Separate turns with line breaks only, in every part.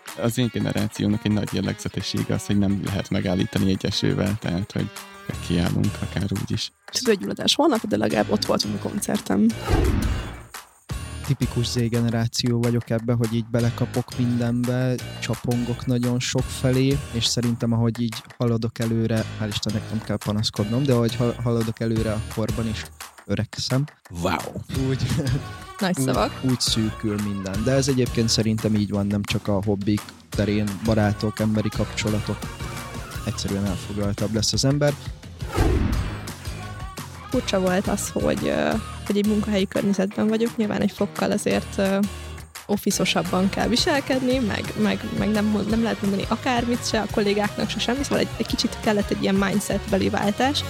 Az én generációnak egy nagy jellegzetessége az, hogy nem lehet megállítani egy esővel, tehát hogy kiállunk akár úgy is.
Tüdőgyulladás holnap, de legalább ott voltunk a koncertem.
Tipikus Z-generáció vagyok ebbe, hogy így belekapok mindenbe, csapongok nagyon sok felé, és szerintem ahogy így haladok előre, hál' Istennek nem kell panaszkodnom, de ahogy haladok előre a korban is öregszem.
Wow!
Úgy,
Nagy szavak.
úgy szűkül minden. De ez egyébként szerintem így van, nem csak a hobbik terén, barátok, emberi kapcsolatok. Egyszerűen elfoglaltabb lesz az ember.
Furcsa volt az, hogy egy munkahelyi környezetben vagyok, nyilván egy fokkal azért office-osabban kell viselkedni, meg nem lehet mondani akármit se, a kollégáknak se semmi, szóval egy kicsit kellett egy ilyen mindset-beli váltás.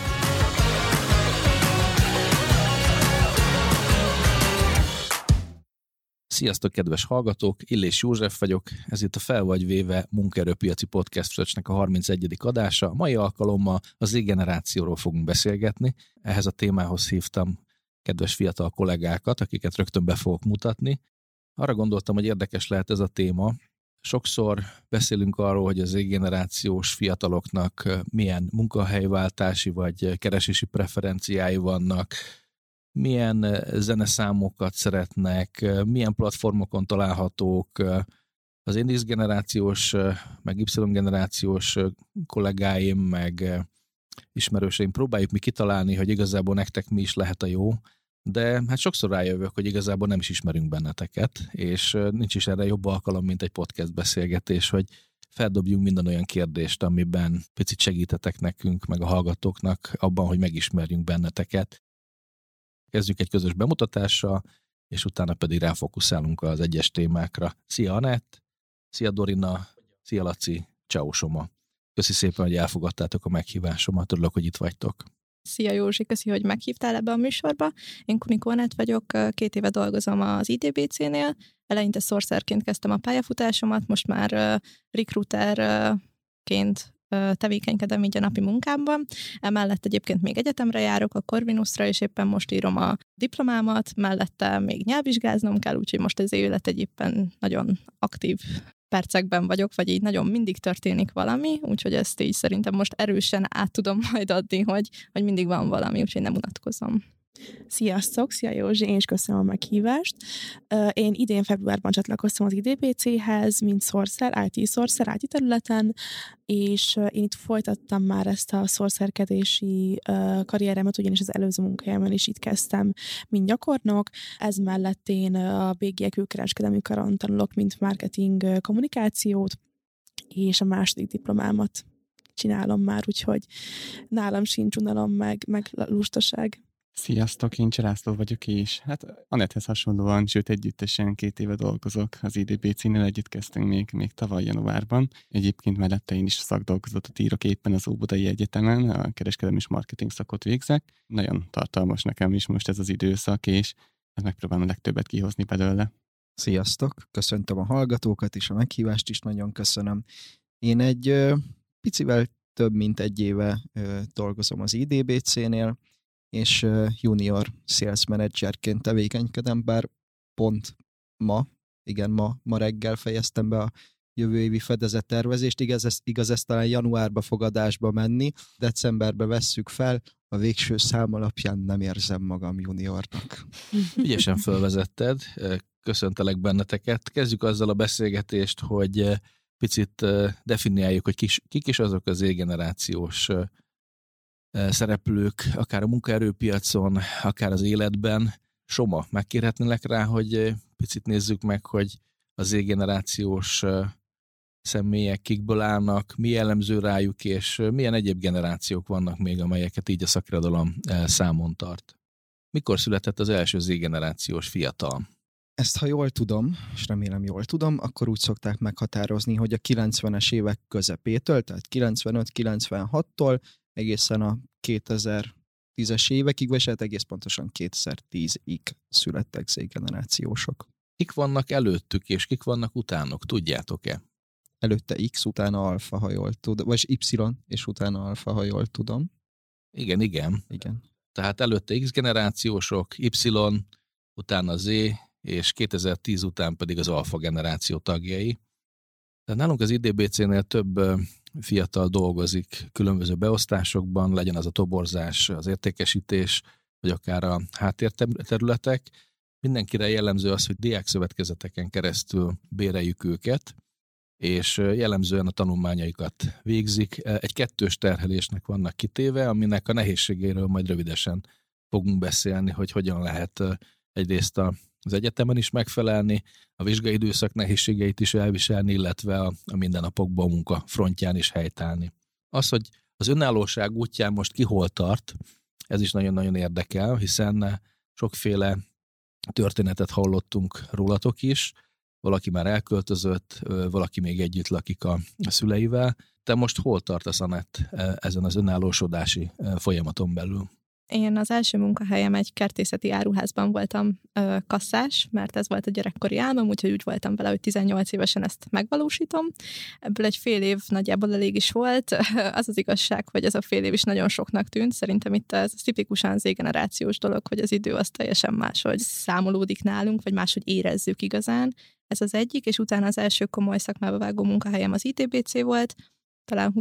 Sziasztok, kedves hallgatók! Illés József vagyok, ez itt a Fel vagy véve munkaerőpiaci podcast fröccsnek a 31. adása. A mai alkalommal az Z-generációról fogunk beszélgetni. Ehhez a témához hívtam kedves fiatal kollégákat, akiket rögtön be fogok mutatni. Arra gondoltam, hogy érdekes lehet ez a téma. Sokszor beszélünk arról, hogy az Z-generációs fiataloknak milyen munkahelyváltási vagy keresési preferenciái vannak, milyen zeneszámokat szeretnek, milyen platformokon találhatók. Az én X-generációs, meg Y-generációs kollégáim, meg ismerőseim próbáljuk mi kitalálni, hogy igazából nektek mi is lehet a jó, de hát sokszor rájövök, hogy igazából nem is ismerünk benneteket, és nincs is erre jobb alkalom, mint egy podcast beszélgetés, hogy feldobjunk minden olyan kérdést, amiben picit segítetek nekünk, meg a hallgatóknak abban, hogy megismerjünk benneteket. Kezdjük egy közös bemutatással, és utána pedig ráfókuszálunk az egyes témákra. Szia Anett, szia Dorina, szia Laci, ciao Soma. Köszi szépen, hogy elfogadtátok a meghívásomat, örülök, hogy itt vagytok.
Szia Józsi, köszi, hogy meghívtál ebbe a műsorba. Én Kunikó Anett vagyok, 2 éve dolgozom az IDBC-nél. Eleinte sourcerként kezdtem a pályafutásomat, most már recruiterként tevékenykedem így a napi munkámban. Emellett egyébként még egyetemre járok, a Corvinusra, és éppen most írom a diplomámat, mellette még nyelvvizsgáznom kell, úgyhogy most az élet egyébben nagyon aktív percekben vagyok, vagy így nagyon mindig történik valami, úgyhogy ezt így szerintem most erősen át tudom majd adni, hogy mindig van valami, úgyhogy nem unatkozom.
Sziasztok, szia Józsi, én is köszönöm a meghívást. Én idén februárban csatlakoztam az IDBC-hez, mint sourcer, IT területen, és én itt folytattam már ezt a sourcerkedési karrieremet, ugyanis az előző munkahelyemen is itt kezdtem, mint gyakornok. Ez mellett én a BGE külkereskedelmi karon tanulok, mint marketing kommunikációt, és a második diplomámat csinálom már, úgyhogy nálam sincs unalom, meg lustaság.
Sziasztok, én Cserászló vagyok is. Hát Anetthez hasonlóan, sőt együttesen 2 éve dolgozok az IDBC-nél, együtt kezdtünk még tavaly januárban. Egyébként mellette én is szakdolgozatot írok éppen az Óbudai Egyetemen, a kereskedelmi és marketing szakot végzek. Nagyon tartalmas nekem is most ez az időszak, és megpróbálom a legtöbbet kihozni belőle.
Sziasztok, köszöntöm a hallgatókat is, a meghívást is nagyon köszönöm. Én egy picivel több mint 1 éve dolgozom az IDBC-nél, és junior sales managerként tevékenykedem, bár pont ma reggel fejeztem be a jövő évi fedezettervezést, igaz ez talán januárba fog adásba menni, decemberbe vesszük fel, a végső szám alapján nem érzem magam juniornak.
Ügyesen felvezetted, köszöntelek benneteket. Kezdjük azzal a beszélgetést, hogy picit definiáljuk, hogy kik is azok az Z-generációs szereplők, akár a munkaerőpiacon, akár az életben. Soma, megkérhetnélek rá, hogy picit nézzük meg, hogy az Z-generációs személyek kikből állnak, mi jellemző rájuk, és milyen egyéb generációk vannak még, amelyeket így a szakirodalom számon tart. Mikor született az első Z-generációs fiatal?
Ezt, ha jól tudom, és remélem jól tudom, akkor úgy szokták meghatározni, hogy a 90-es évek közepétől, tehát 95-96-tól egészen a 2010-es évekig, vagy hát egész pontosan 2010-ig születtek Z-generációsok.
Kik vannak előttük, és kik vannak utánuk, tudjátok-e?
Előtte X, utána alfa, ha jól tudom, vagy Y, és utána alfa, ha jól tudom.
Igen. Tehát előtte X generációsok, Y, utána Z, és 2010 után pedig az alfa generáció tagjai. De nálunk az IDBC-nél több fiatal dolgozik különböző beosztásokban, legyen az a toborzás, az értékesítés, vagy akár a háttérterületek. Mindenkire jellemző az, hogy diákszövetkezeteken keresztül béreljük őket, és jellemzően a tanulmányaikat végzik. Egy kettős terhelésnek vannak kitéve, aminek a nehézségéről majd rövidesen fogunk beszélni, hogy hogyan lehet egyrészt az egyetemen is megfelelni, a vizsgai időszak nehézségeit is elviselni, illetve a mindennapokban a munka frontján is helytállni. Az, hogy az önállóság útján most ki hol tart, ez is nagyon-nagyon érdekel, hiszen sokféle történetet hallottunk rólatok is, valaki már elköltözött, valaki még együtt lakik a szüleivel. Te most hol tartasz, Anett, ezen az önállósodási folyamaton belül?
Én az első munkahelyem egy kertészeti áruházban voltam kasszás, mert ez volt a gyerekkori álmom, úgyhogy úgy voltam vele, hogy 18 évesen ezt megvalósítom. Ebből egy fél év nagyjából elég is volt. Az igazság, hogy ez a fél év is nagyon soknak tűnt. Szerintem itt ez tipikusan Z-generációs dolog, hogy az idő az teljesen máshogy számolódik nálunk, vagy máshogy érezzük igazán. Ez az egyik, és utána az első komoly szakmába vágó munkahelyem az IDBC volt, talán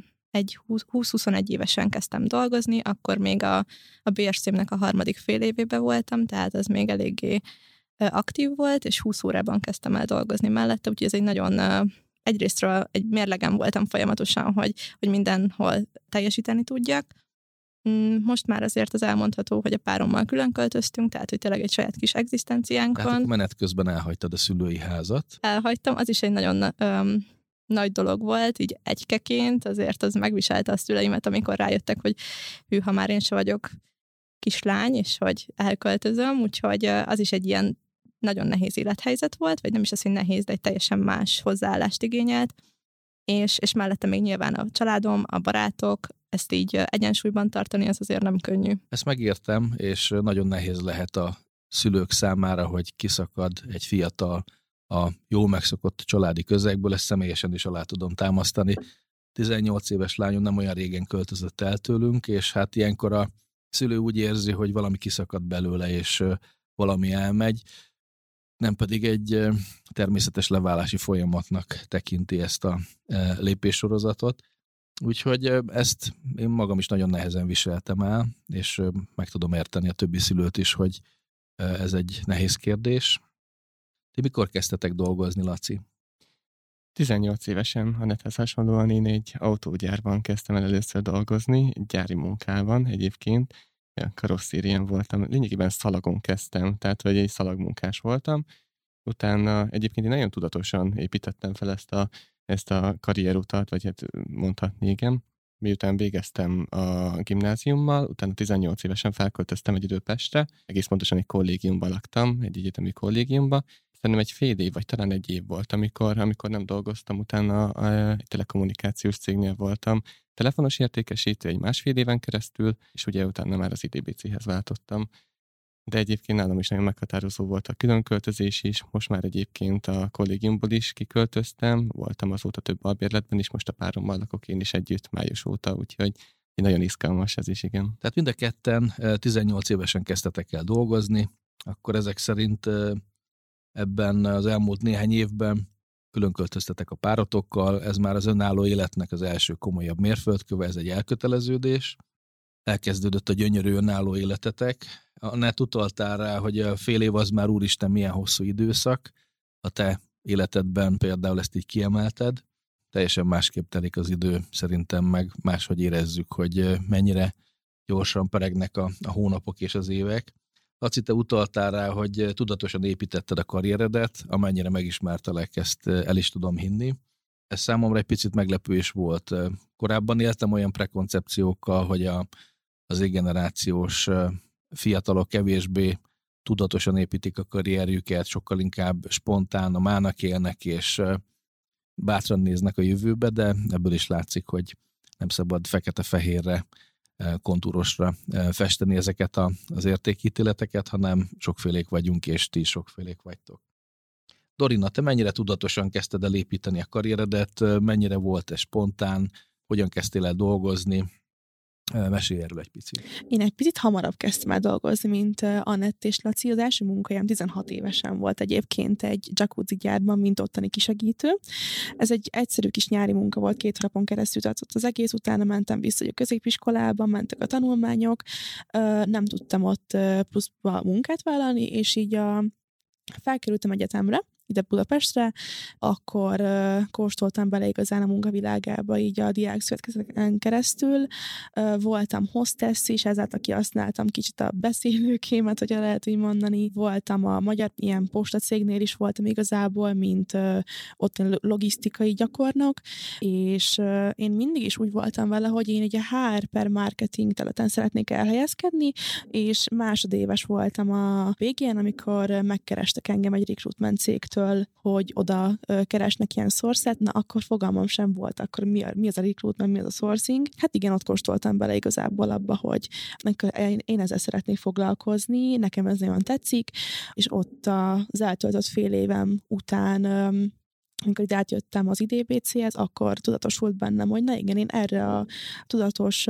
20-21 évesen kezdtem dolgozni, akkor még a BSC-nek a harmadik fél évében voltam, tehát ez még eléggé aktív volt, és 20 órában kezdtem el dolgozni mellette, úgyhogy ez egy nagyon, egyrésztről egy mérlegen voltam folyamatosan, hogy mindenhol teljesíteni tudjak. Most már azért az elmondható, hogy a párommal külön költöztünk, tehát hogy tényleg egy saját kis egzisztenciánk van.
Tehát menet közben elhagytad a szülői házat.
Elhagytam, az is egy nagyon nagy dolog volt, így egykeként, azért az megviselte a szüleimet, amikor rájöttek, hogy ha már én se vagyok kislány, és hogy elköltözöm, úgyhogy az is egy ilyen nagyon nehéz élethelyzet volt, vagy nem is az, hogy nehéz, de egy teljesen más hozzáállást igényelt, és mellette még nyilván a családom, a barátok, ezt így egyensúlyban tartani, az azért nem könnyű.
Ezt megértem, és nagyon nehéz lehet a szülők számára, hogy kiszakad egy fiatal a jól megszokott családi közegből, ezt személyesen is alá tudom támasztani. 18 éves lányom nem olyan régen költözött el tőlünk, és hát ilyenkor a szülő úgy érzi, hogy valami kiszakad belőle, és valami elmegy, nem pedig egy természetes leválási folyamatnak tekinti ezt a lépéssorozatot. Úgyhogy ezt én magam is nagyon nehezen viseltem el, és meg tudom érteni a többi szülőt is, hogy ez egy nehéz kérdés. Ti mikor kezdtetek dolgozni, Laci?
18 évesen, Anetthez hasonlóan én egy autógyárban kezdtem el először dolgozni, egy gyári munkában egyébként, karosszérián voltam, lényegében szalagon kezdtem, tehát vagy egy szalagmunkás voltam. Utána egyébként én nagyon tudatosan építettem fel ezt a karrierutat, vagy hát mondhatni, igen. Miután végeztem a gimnáziummal, utána 18 évesen felköltöztem egy Pestre, egész pontosan egy kollégiumban laktam, egy egyetemi kollégiumban. Szerintem egy fél év, vagy talán egy év volt, amikor nem dolgoztam, utána egy telekommunikációs cégnél voltam. Telefonos értékesítő egy másfél éven keresztül, és ugye utána már az IDBC-hez váltottam. De egyébként nálam is nagyon meghatározó volt a különköltözés is, most már egyébként a kollégiumból is kiköltöztem, voltam azóta több albérletben is, most a párommal lakok én is együtt május óta, úgyhogy nagyon izgalmas ez is, igen.
Tehát mind a ketten 18 évesen kezdtetek el dolgozni, akkor ezek szerint ebben az elmúlt néhány évben különköltöztetek a párotokkal, ez már az önálló életnek az első komolyabb mérföldköve, ez egy elköteleződés. Elkezdődött a gyönyörű önálló életetek. Anett utaltál rá, hogy a fél év az már úristen milyen hosszú időszak. A te életedben például ezt így kiemelted. Teljesen másképp telik az idő, szerintem meg máshogy érezzük, hogy mennyire gyorsan peregnek a hónapok és az évek. Laci, te utaltál rá, hogy tudatosan építetted a karrieredet, amennyire megismertelek, ezt el is tudom hinni. Ez számomra egy picit meglepő is volt. Korábban éltem olyan prekoncepciókkal, hogy az Z-generációs fiatalok kevésbé tudatosan építik a karrierjüket, sokkal inkább spontán, a mának élnek, és bátran néznek a jövőbe, de ebből is látszik, hogy nem szabad fekete-fehérre, kontúrosra festeni ezeket az értékítéleteket, hanem sokfélék vagyunk, és ti is sokfélék vagytok. Dorina, te mennyire tudatosan kezdted el építeni a karrieredet, mennyire volt ez spontán, hogyan kezdtél el dolgozni, Mesélj erről egy picit.
Én egy picit hamarabb kezdtem el dolgozni, mint Anett és Laci. Az első munkahelyem 16 évesen volt egyébként egy jacuzzi gyárban, mint ottani kisegítő. Ez egy egyszerű kis nyári munka volt, 2 hónapon keresztül tartott az egész, utána mentem vissza a középiskolába, mentek a tanulmányok, nem tudtam ott pluszba munkát vállalni, és így felkerültem egyetemre, ide Budapestre, akkor kóstoltam bele igazán a munkavilágába, így a diákszövetkezeten keresztül. Voltam hostess is, ezáltal kihasználtam kicsit a beszélőkémet, hogyha lehet így mondani. Voltam a magyar ilyen postacégnél is voltam igazából, mint ott logisztikai gyakornok, és én mindig is úgy voltam vele, hogy én egy HR marketing területen szeretnék elhelyezkedni, és másodéves voltam a végén, amikor megkerestek engem egy recruitment cégtől, hogy oda keresnek ilyen source-et, na akkor fogalmam sem volt, akkor mi az a recruitment, mi az a sourcing. Hát igen, ott kóstoltam bele igazából abba, hogy én ezzel szeretnék foglalkozni, nekem ez nagyon tetszik, és ott az eltöltött fél évem után amikor itt átjöttem az IDBC-hez, akkor tudatosult bennem, hogy na igen, én erre a tudatos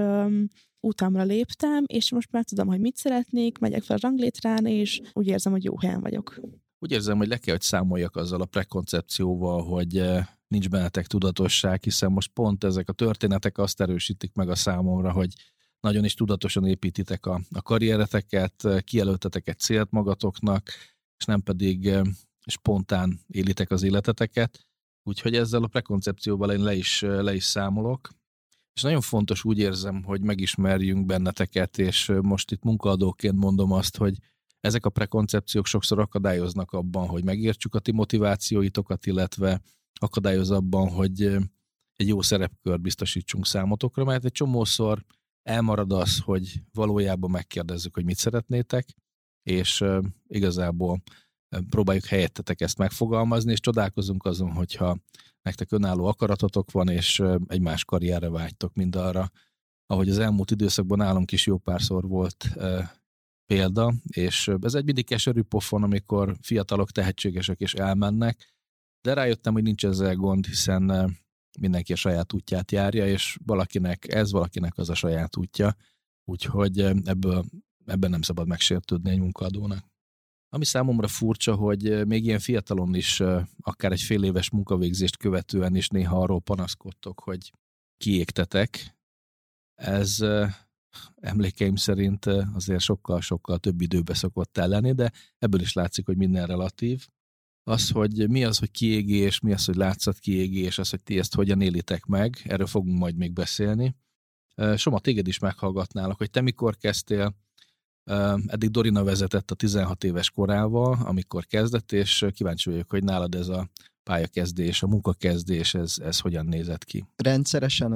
utamra léptem, és most már tudom, hogy mit szeretnék, megyek fel a ranglétrán, és úgy érzem, hogy jó helyen vagyok.
Úgy érzem, hogy le kell, hogy számoljak azzal a prekoncepcióval, hogy nincs bennetek tudatosság, hiszen most pont ezek a történetek azt erősítik meg a számomra, hogy nagyon is tudatosan építitek a karriereteket, kijelöltetek egy célt magatoknak, és nem pedig spontán élitek az életeteket. Úgyhogy ezzel a prekoncepcióval én le is számolok. És nagyon fontos, úgy érzem, hogy megismerjünk benneteket, és most itt munkaadóként mondom azt, hogy ezek a prekoncepciók sokszor akadályoznak abban, hogy megértsük a ti motivációitokat, illetve akadályoz abban, hogy egy jó szerepkört biztosítsunk számotokra, mert egy csomószor elmarad az, hogy valójában megkérdezzük, hogy mit szeretnétek, és igazából próbáljuk helyettetek ezt megfogalmazni, és csodálkozunk azon, hogyha nektek önálló akaratotok van, és egy más karrierre vágytok, mind arra, ahogy az elmúlt időszakban nálunk is jó párszor volt példa, és ez egy mindig keserű pofon, amikor fiatalok tehetségesek és elmennek, de rájöttem, hogy nincs ezzel gond, hiszen mindenki a saját útját járja, és valakinek az a saját útja, úgyhogy ebben nem szabad megsértődni egy munkaadónak. Ami számomra furcsa, hogy még ilyen fiatalon is, akár egy fél éves munkavégzést követően is néha arról panaszkodtok, hogy kiégtetek. Ez emlékeim szerint azért sokkal-sokkal több időbe szokott lenni, de ebből is látszik, hogy minden relatív. Az, hogy mi az, hogy kiégés, mi az, hogy látszatkiégés, az, hogy ti ezt hogyan élitek meg, erről fogunk majd még beszélni. Soma, téged is meghallgatnálak, hogy te mikor kezdtél. Eddig Dorina vezetett a 16 éves korával, amikor kezdett, és kíváncsi vagyok, hogy nálad ez a pályakezdés, a munkakezdés, ez hogyan nézett ki?
Rendszeresen a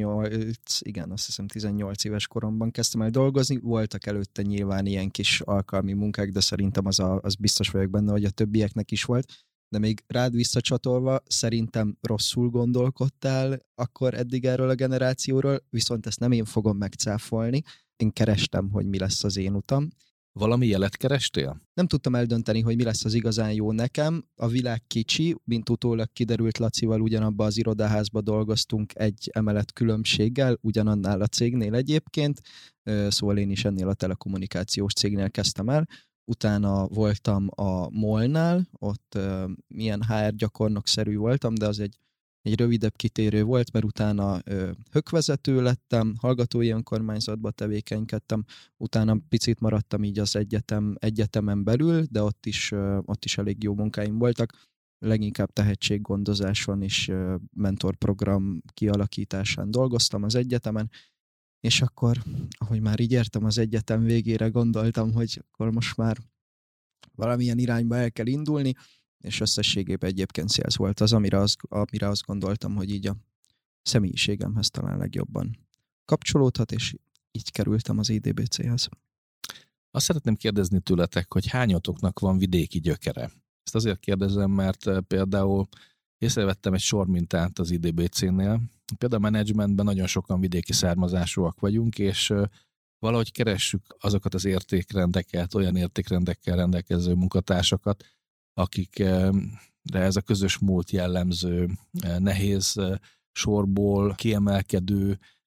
18 éves koromban kezdtem el dolgozni, voltak előtte nyilván ilyen kis alkalmi munkák, de szerintem az biztos vagyok benne, hogy a többieknek is volt, de még rád visszacsatolva szerintem rosszul gondolkodtál akkor eddig erről a generációról, viszont ezt nem én fogom megcáfolni, én kerestem, hogy mi lesz az én utam.
Valami jelet kerestél?
Nem tudtam eldönteni, hogy mi lesz az igazán jó nekem. A világ kicsi, mint utólag kiderült, Lacival ugyanabba az irodaházba dolgoztunk egy emelet különbséggel, ugyanannál a cégnél egyébként, szóval én is ennél a telekommunikációs cégnél kezdtem el. Utána voltam a MOL-nál, ott milyen HR gyakornokszerű voltam, de az egy rövidebb kitérő volt, mert utána hökvezető lettem, hallgatói önkormányzatba tevékenykedtem, utána picit maradtam így az egyetemen belül, de ott is elég jó munkáim voltak, leginkább tehetséggondozáson és mentorprogram kialakításán dolgoztam az egyetemen, és akkor, ahogy már így értem az egyetem végére, gondoltam, hogy akkor most már valamilyen irányba el kell indulni, és összességében egyébként sales volt az, amire azt gondoltam, hogy így a személyiségemhez talán legjobban kapcsolódhat, és így kerültem az IDBC-hez.
Azt szeretném kérdezni tőletek, hogy hányatoknak van vidéki gyökere? Ezt azért kérdezem, mert például észrevettem egy sor mintát az IDBC-nél. Például a menedzsmentben nagyon sokan vidéki származásúak vagyunk, és valahogy keressük azokat az értékrendeket, olyan értékrendekkel rendelkező munkatársakat, akikre ez a közös múlt jellemző, nehéz sorból kiemelkedő,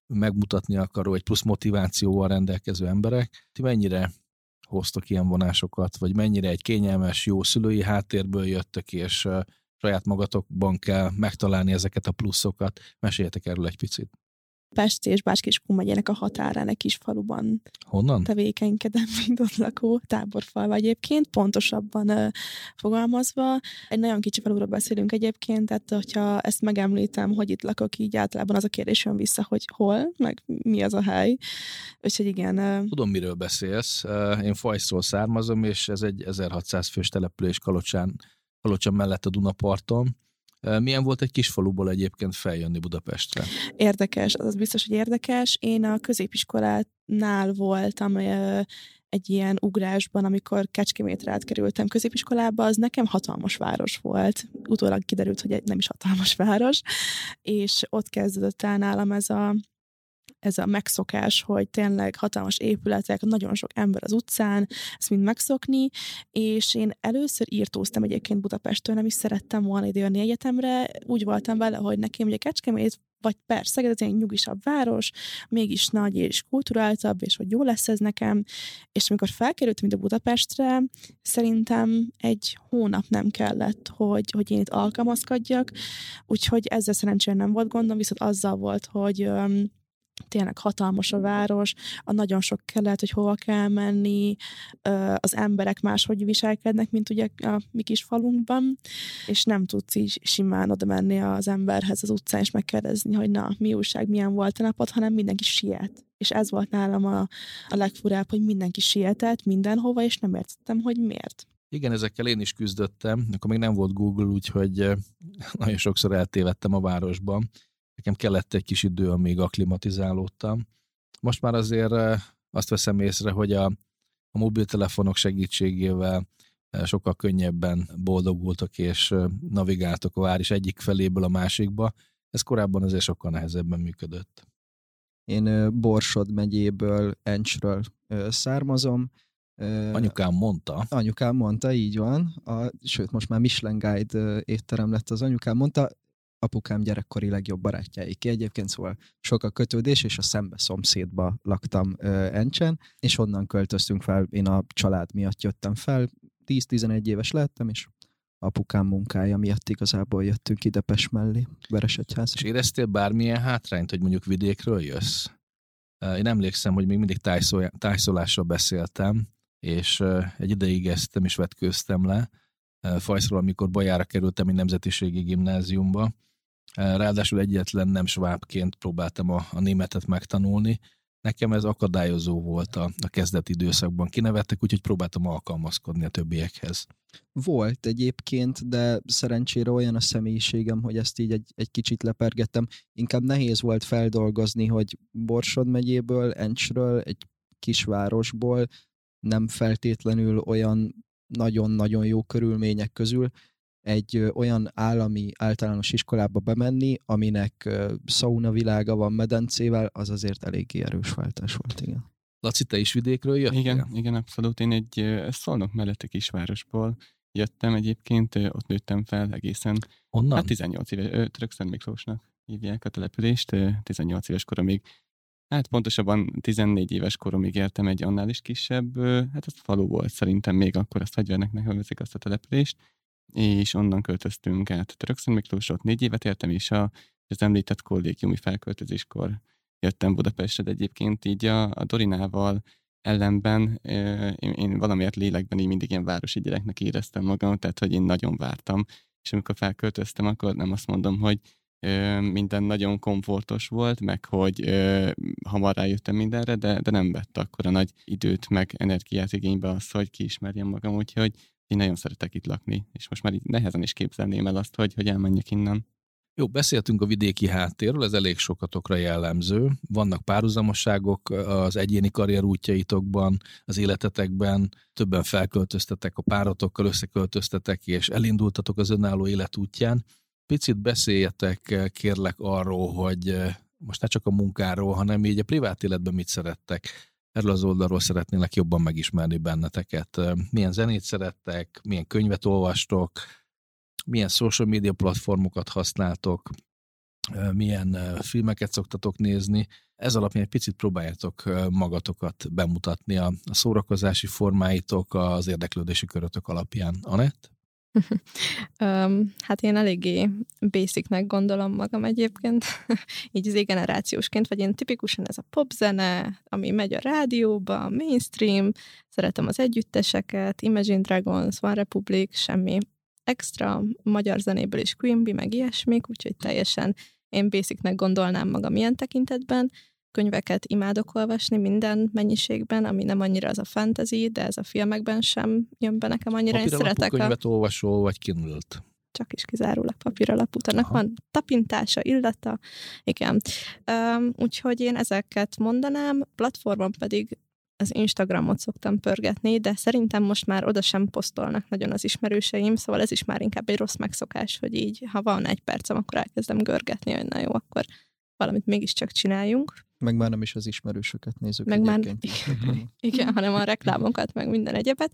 megmutatni akaró, egy plusz motivációval rendelkező emberek. Ti mennyire hoztok ilyen vonásokat, vagy mennyire egy kényelmes, jó szülői háttérből jöttök, és saját magatokban kell megtalálni ezeket a pluszokat. Meséljetek erről egy picit.
Pest és Bács-Kiskun megyének a határán egy kis faluban
Honnan?
tevékenykedem, mint ott lakó, Táborfalva egyébként, pontosabban fogalmazva. Egy nagyon kicsi faluról beszélünk egyébként, tehát hogyha ezt megemlítem, hogy itt lakok, így általában az a kérdés jön vissza, hogy hol, meg mi az a hely. Úgyhogy igen.
Tudom, miről beszélsz. Én Fajszról származom, és ez egy 1600 fős település Kalocsán mellett a Dunaparton. Milyen volt egy kis faluból egyébként feljönni Budapestre?
Érdekes, az biztos, hogy érdekes. Én a középiskolánál voltam egy ilyen ugrásban, amikor Kecskemétre átkerültem középiskolába, az nekem hatalmas város volt. Utólag kiderült, hogy nem is hatalmas város, és ott kezdődött el nálam ez a megszokás, hogy tényleg hatalmas épületek, nagyon sok ember az utcán, ezt mind megszokni, és én először írtóztam egyébként Budapesttől, nem is szerettem volna idejönni egyetemre, úgy voltam vele, hogy nekem ugye Kecskemét, vagy persze, ez egy nyugisabb város, mégis nagy és kulturáltabb, és hogy jó lesz ez nekem, és amikor felkerültem ide Budapestre, szerintem egy hónap nem kellett, hogy én itt alkalmazkodjak, úgyhogy ezzel szerencsére nem volt gondom, viszont azzal volt, hogy tényleg hatalmas a város, a nagyon sok kerület, hogy hova kell menni, az emberek máshogy viselkednek, mint ugye a mi kis falunkban, és nem tudsz így simán oda menni az emberhez az utcán, és megkérdezni, hogy na, mi újság, milyen volt a napod, hanem mindenki siet. És ez volt nálam a legfurább, hogy mindenki sietett mindenhova, és nem értettem, hogy miért.
Igen, ezekkel én is küzdöttem, akkor még nem volt Google, úgyhogy nagyon sokszor eltévedtem a városban. Nekem kellett egy kis idő, amíg akklimatizálódtam. Most már azért azt veszem észre, hogy a mobiltelefonok segítségével sokkal könnyebben boldogultak és navigáltak a város egyik feléből a másikba. Ez korábban azért sokkal nehezebben működött.
Én Borsod megyéből, Encsről származom.
Anyukám mondta.
Anyukám mondta, így van. Sőt, most már Michelin Guide étterem lett az anyukám mondta. Apukám gyerekkori legjobb barátjáik ki egyébként, szóval sok a kötődés, és a szembe szomszédba laktam Encsen, és onnan költöztünk fel, én a család miatt jöttem fel, 10-11 éves lettem, és apukám munkája miatt igazából jöttünk ide Pest mellé, Veresegyházra.
És éreztél bármilyen hátrányt, hogy mondjuk vidékről jössz? Én emlékszem, hogy még mindig tájszolásról beszéltem, és egy ideig ezt nem is vetkőztem le, Fajszról, amikor Bajára kerültem egy nemzetiségi gimnáziumba. Ráadásul egyetlen nem svábként próbáltam a németet megtanulni. Nekem ez akadályozó volt a kezdeti időszakban. Kinevettek, úgyhogy próbáltam alkalmazkodni a többiekhez.
Volt egyébként, de szerencsére olyan a személyiségem, hogy ezt így egy kicsit lepergettem. Inkább nehéz volt feldolgozni, hogy Borsod megyéből, Encsről, egy kisvárosból, nem feltétlenül olyan nagyon-nagyon jó körülmények közül egy olyan állami általános iskolába bemenni, aminek szaunavilága van medencével, az azért eléggé erős váltás volt, igen.
Laci, te is vidékről jöttél?
Igen, abszolút. Én egy Szolnok melletti kisvárosból jöttem egyébként, ott nőttem fel egészen.
Honnan?
Hát 18 éves, Trökszentmiklósnak hívják a települést, 18 éves koromig. Hát pontosabban 14 éves koromig éltem egy annál is kisebb, hát az falu volt szerintem még akkor, azt fegyvernek nevezik azt a települést, és onnan költöztünk át Trökszentmiklósra, ott 4 évet éltem, és az említett kollégiumi felköltözéskor jöttem Budapestre, de egyébként így a Dorinával ellenben én valamiért lélekben így mindig ilyen városi gyereknek éreztem magam, tehát hogy én nagyon vártam, és amikor felköltöztem, akkor nem azt mondom, hogy minden nagyon komfortos volt, meg hogy hamar rájöttem mindenre, de nem vett akkora nagy időt, meg energiát igénybe az, hogy kiismerjem magam, úgyhogy én nagyon szeretek itt lakni, és most már így nehezen is képzelném el azt, hogy elmenjek innen.
Jó, beszéltünk a vidéki háttérről, ez elég sokatokra jellemző. Vannak párhuzamosságok az egyéni karrierútjaitokban, az életetekben, többen felköltöztetek a páratokkal, összeköltöztetek, és elindultatok az önálló életútján. Picit beszéljetek, kérlek, arról, hogy most ne csak a munkáról, hanem így a privát életben mit szerettek. Erről az oldalról szeretnélek jobban megismerni benneteket. Milyen zenét szerettek, milyen könyvet olvastok, milyen social media platformokat használtok, milyen filmeket szoktatok nézni. Ez alapján egy picit próbáljátok magatokat bemutatni a szórakozási formáitok, az érdeklődési körötök alapján. Anett?
Hát én eléggé basicnek gondolom magam egyébként, így Z-generációsként, vagy én tipikusan ez a popzene, ami megy a rádióba, mainstream, szeretem az együtteseket, Imagine Dragons, One Republic, semmi extra, magyar zenéből is Queen Bee, meg ilyesmik, úgyhogy teljesen én basicnek gondolnám magam ilyen tekintetben. Könyveket imádok olvasni minden mennyiségben, ami nem annyira az a fantasy, de ez a filmekben sem jön be nekem annyira. Én szeretek
könyvet olvasol, vagy Kindle-t?
Csak is kizárólag papíralapút. Annak van tapintása, illata. Igen. Úgyhogy én ezeket mondanám, platformon pedig az Instagramot szoktam pörgetni, de szerintem most már oda sem posztolnak nagyon az ismerőseim, szóval ez is már inkább egy rossz megszokás, hogy így, ha van egy percem, akkor elkezdem görgetni, hogy na jó, akkor valamit mégiscsak csináljunk.
Meg már nem is az ismerősöket nézzük
meg
egyébként.
Igen, hanem a reklámokat, meg minden egyebet,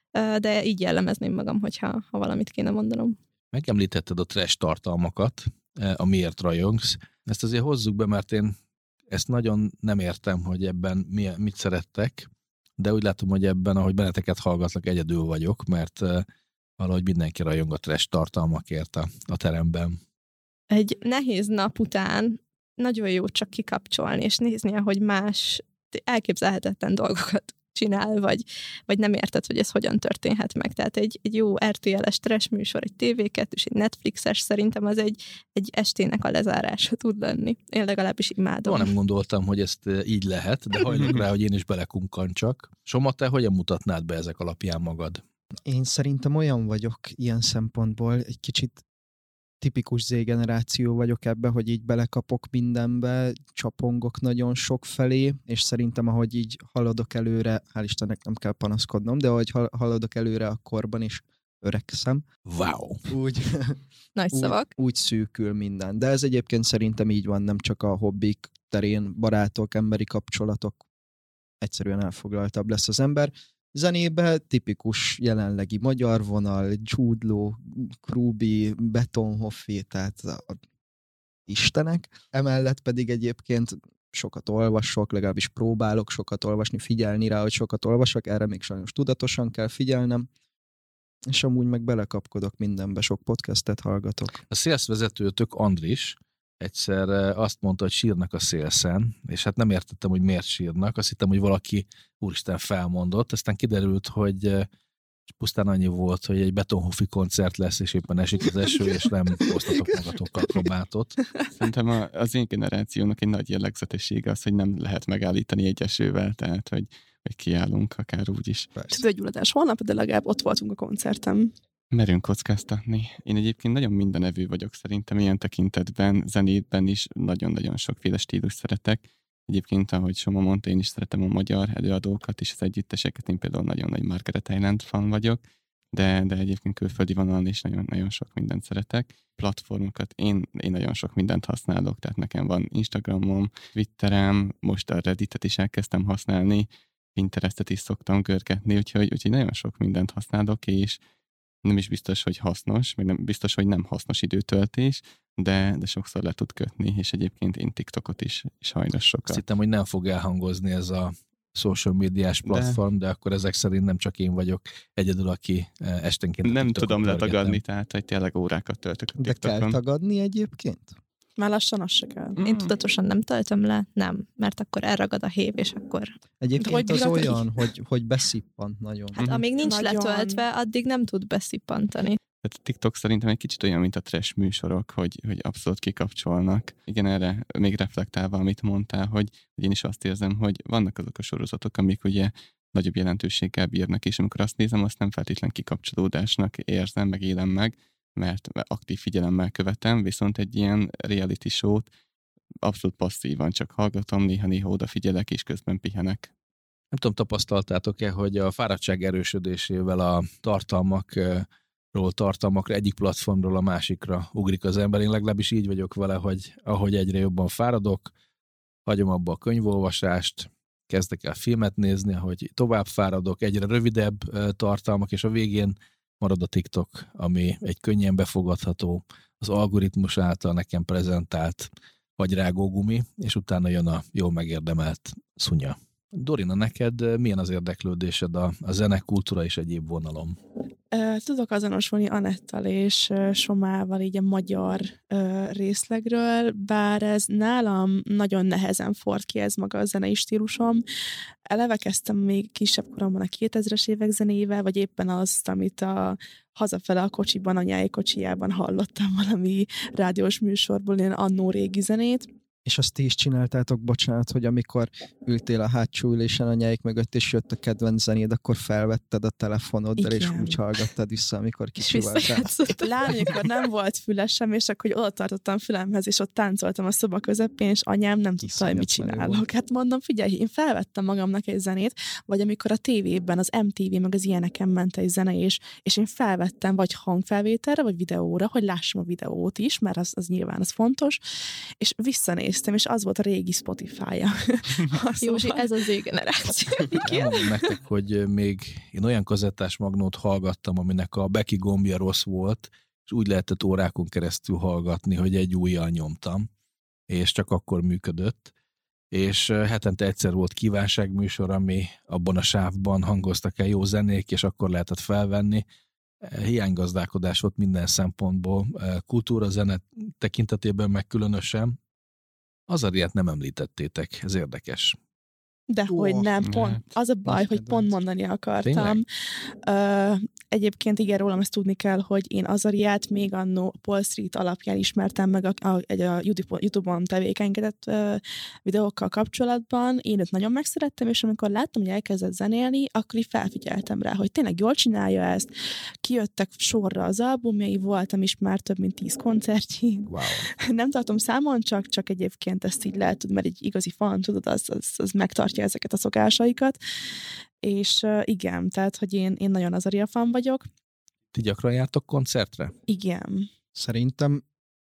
de így jellemezném magam, hogyha valamit kéne mondanom.
Megemlítetted a trash tartalmakat, a Miért rajongsz. Ezt azért hozzuk be, mert én ezt nagyon nem értem, hogy ebben mit szerettek, de úgy látom, hogy ebben, ahogy benneteket hallgatlak, egyedül vagyok, mert valahogy mindenki rajong a trash tartalmakért a teremben.
Egy nehéz nap után nagyon jó csak kikapcsolni, és nézni, ahogy más elképzelhetetlen dolgokat csinál, vagy nem érted, hogy ez hogyan történhet meg. Tehát egy jó RTL-es trash műsor, egy TV2 és egy Netflixes szerintem az egy estének a lezárása tud lenni. Én legalábbis imádom.
Nem gondoltam, hogy ezt így lehet, de hajlok rá, hogy én is belekunkantsak. Soma, te hogyan mutatnád be ezek alapján magad?
Én szerintem olyan vagyok ilyen szempontból, egy kicsit tipikus Z-generáció vagyok ebbe, hogy így belekapok mindenbe, csapongok nagyon sok felé, és szerintem ahogy így haladok előre, hál' Istennek nem kell panaszkodnom, de ahogy haladok előre a korban is öregszem.
Wow!
Nagy szavak.
Úgy szűkül minden. De ez egyébként szerintem így van, nem csak a hobbik terén, barátok, emberi kapcsolatok, egyszerűen elfoglaltabb lesz az ember. Zenébe tipikus jelenlegi magyar vonal, Jude Law, Krúbi, Betonhoffi, tehát istenek. Emellett pedig egyébként sokat olvasok, legalábbis próbálok sokat olvasni, figyelni rá, hogy sokat olvasok, erre még sajnos tudatosan kell figyelnem, és amúgy meg belekapkodok mindenbe, sok podcastet hallgatok.
A szélszvezetőtök Andris egyszer azt mondta, hogy sírnak a szélszen, és hát nem értettem, hogy miért sírnak. Azt hittem, hogy valaki úristen felmondott, aztán kiderült, hogy pusztán annyi volt, hogy egy Betonhoffi koncert lesz, és éppen esik az eső, és nem hoztatok magatokkal kabátot.
Szerintem az én generációnak egy nagy jellegzetessége az, hogy nem lehet megállítani egy esővel, tehát hogy kiállunk akár úgy is.
Tüdőgyulladás holnap, de legalább ott voltunk a koncertem.
Merünk kockáztatni. Én egyébként nagyon mindenevű vagyok szerintem ilyen tekintetben, zenében is nagyon-nagyon sokféle stílus szeretek. Egyébként, ahogy Soma mondta, én is szeretem a magyar előadókat és az együtteseket. Én például nagyon nagy Margaret Island fan vagyok, de egyébként külföldi vonalon is nagyon sok mindent szeretek. Platformokat én nagyon sok mindent használok, tehát nekem van Instagramom, Twitterem, most a Redditet is elkezdtem használni, Pinterestet is szoktam görgetni, úgyhogy nagyon sok mindent használok, és nem is biztos, hogy hasznos, meg nem biztos, hogy nem hasznos időtöltés, de sokszor le tud kötni, és egyébként én TikTokot is sajnos sokat.
Azt hittem, hogy nem fog elhangozni ez a social médiás platform, de akkor ezek szerint nem csak én vagyok egyedül, aki esténként
nem tudom letagadni, tehát hogy tényleg órákat töltök a TikTokon.
De kell tagadni egyébként?
Már lassan az se kell.
Én tudatosan nem töltöm le, nem, mert akkor elragad a hév, és akkor...
Egyébként az olyan, hogy beszippant nagyon.
Hát amíg nincs
nagyon
letöltve, addig nem tud beszippantani.
Tehát a TikTok szerintem egy kicsit olyan, mint a trash műsorok, hogy abszolút kikapcsolnak. Igen, erre még reflektálva, amit mondtál, hogy én is azt érzem, hogy vannak azok a sorozatok, amik ugye nagyobb jelentőséggel bírnak, és amikor azt nézem, azt nem feltétlen kikapcsolódásnak érzem, meg élem meg, mert aktív figyelemmel követem, viszont egy ilyen reality show-t abszolút passzívan csak hallgatom, néha odafigyelek, és közben pihenek.
Nem tudom, tapasztaltátok-e, hogy a fáradtság erősödésével a tartalmakra egyik platformról a másikra ugrik az ember. Én legalábbis így vagyok vele, hogy ahogy egyre jobban fáradok, hagyom abba a könyvolvasást, kezdek el filmet nézni, ahogy tovább fáradok, egyre rövidebb tartalmak, és a végén marad a TikTok, ami egy könnyen befogadható, az algoritmus által nekem prezentált agyrágógumi, és utána jön a jól megérdemelt szunya. Dorina, neked milyen az érdeklődésed a zenekultúra és egyéb vonalom?
Tudok azonosulni Anettal és Somával így a magyar részlegről, bár ez nálam nagyon nehezen ford ki ez maga a zenei stílusom. Eleve kezdtem még kisebb koromban a 2000-es évek zenével, vagy éppen azt, amit hazafele a kocsiban, anyái kocsijában hallottam valami rádiós műsorból, ilyen annó régi zenét.
És azt ti is csináltátok, bocsánat, hogy amikor ültél a hátsó ülésen anyáik mögött, és jött a kedvenc zenéd, akkor felvetted a telefonoddal, és úgy hallgattad vissza, amikor kicsi voltál.
Lány, amikor nem volt fülesem, és akkor oda tartottam fülemhez, és ott táncoltam a szoba közepén, és anyám nem tudta, hogy mit csinálok. Hát mondom, figyelj, én felvettem magamnak egy zenét, vagy amikor a tévében, az MTV, meg az ilyeneken ment egy zene, és én felvettem vagy hangfelvételre, vagy videóra, hogy lássam a videót is, mert az nyilván az fontos, és visszanéztem, és az volt a régi Spotify-ja.
Józsi, ez az ő generáció.
Elmondom nektek, hogy még én olyan kazettás magnót hallgattam, aminek a beki gombja rossz volt, és úgy lehetett órákon keresztül hallgatni, hogy egy ujjal nyomtam, és csak akkor működött. És hetente egyszer volt kívánságműsor, ami abban a sávban hangoztak el jó zenék, és akkor lehetett felvenni. Hiánygazdálkodás volt minden szempontból, kultúra, zene tekintetében meg különösen. Azariát nem említettétek, ez érdekes.
Dehogy nem, pont. Az a baj, hogy pont mondani akartam. Egyébként igen, rólam ezt tudni kell, hogy én Azariát még annó Paul Street alapján ismertem meg a YouTube-on tevékenykedett videókkal kapcsolatban. Én őt nagyon megszerettem, és amikor láttam, hogy elkezdett zenélni, akkor így felfigyeltem rá, hogy tényleg jól csinálja ezt. Kijöttek sorra az albumjai, voltam is már több mint 10 koncertjén.
Wow. Nem
tartom számon, csak egyébként ezt így lehet tudni, mert egy igazi fan, tudod, az megtartja ezeket a szokásaikat, és igen, tehát, hogy én nagyon Azaria fan vagyok.
Ti gyakran jártok koncertre?
Igen.
Szerintem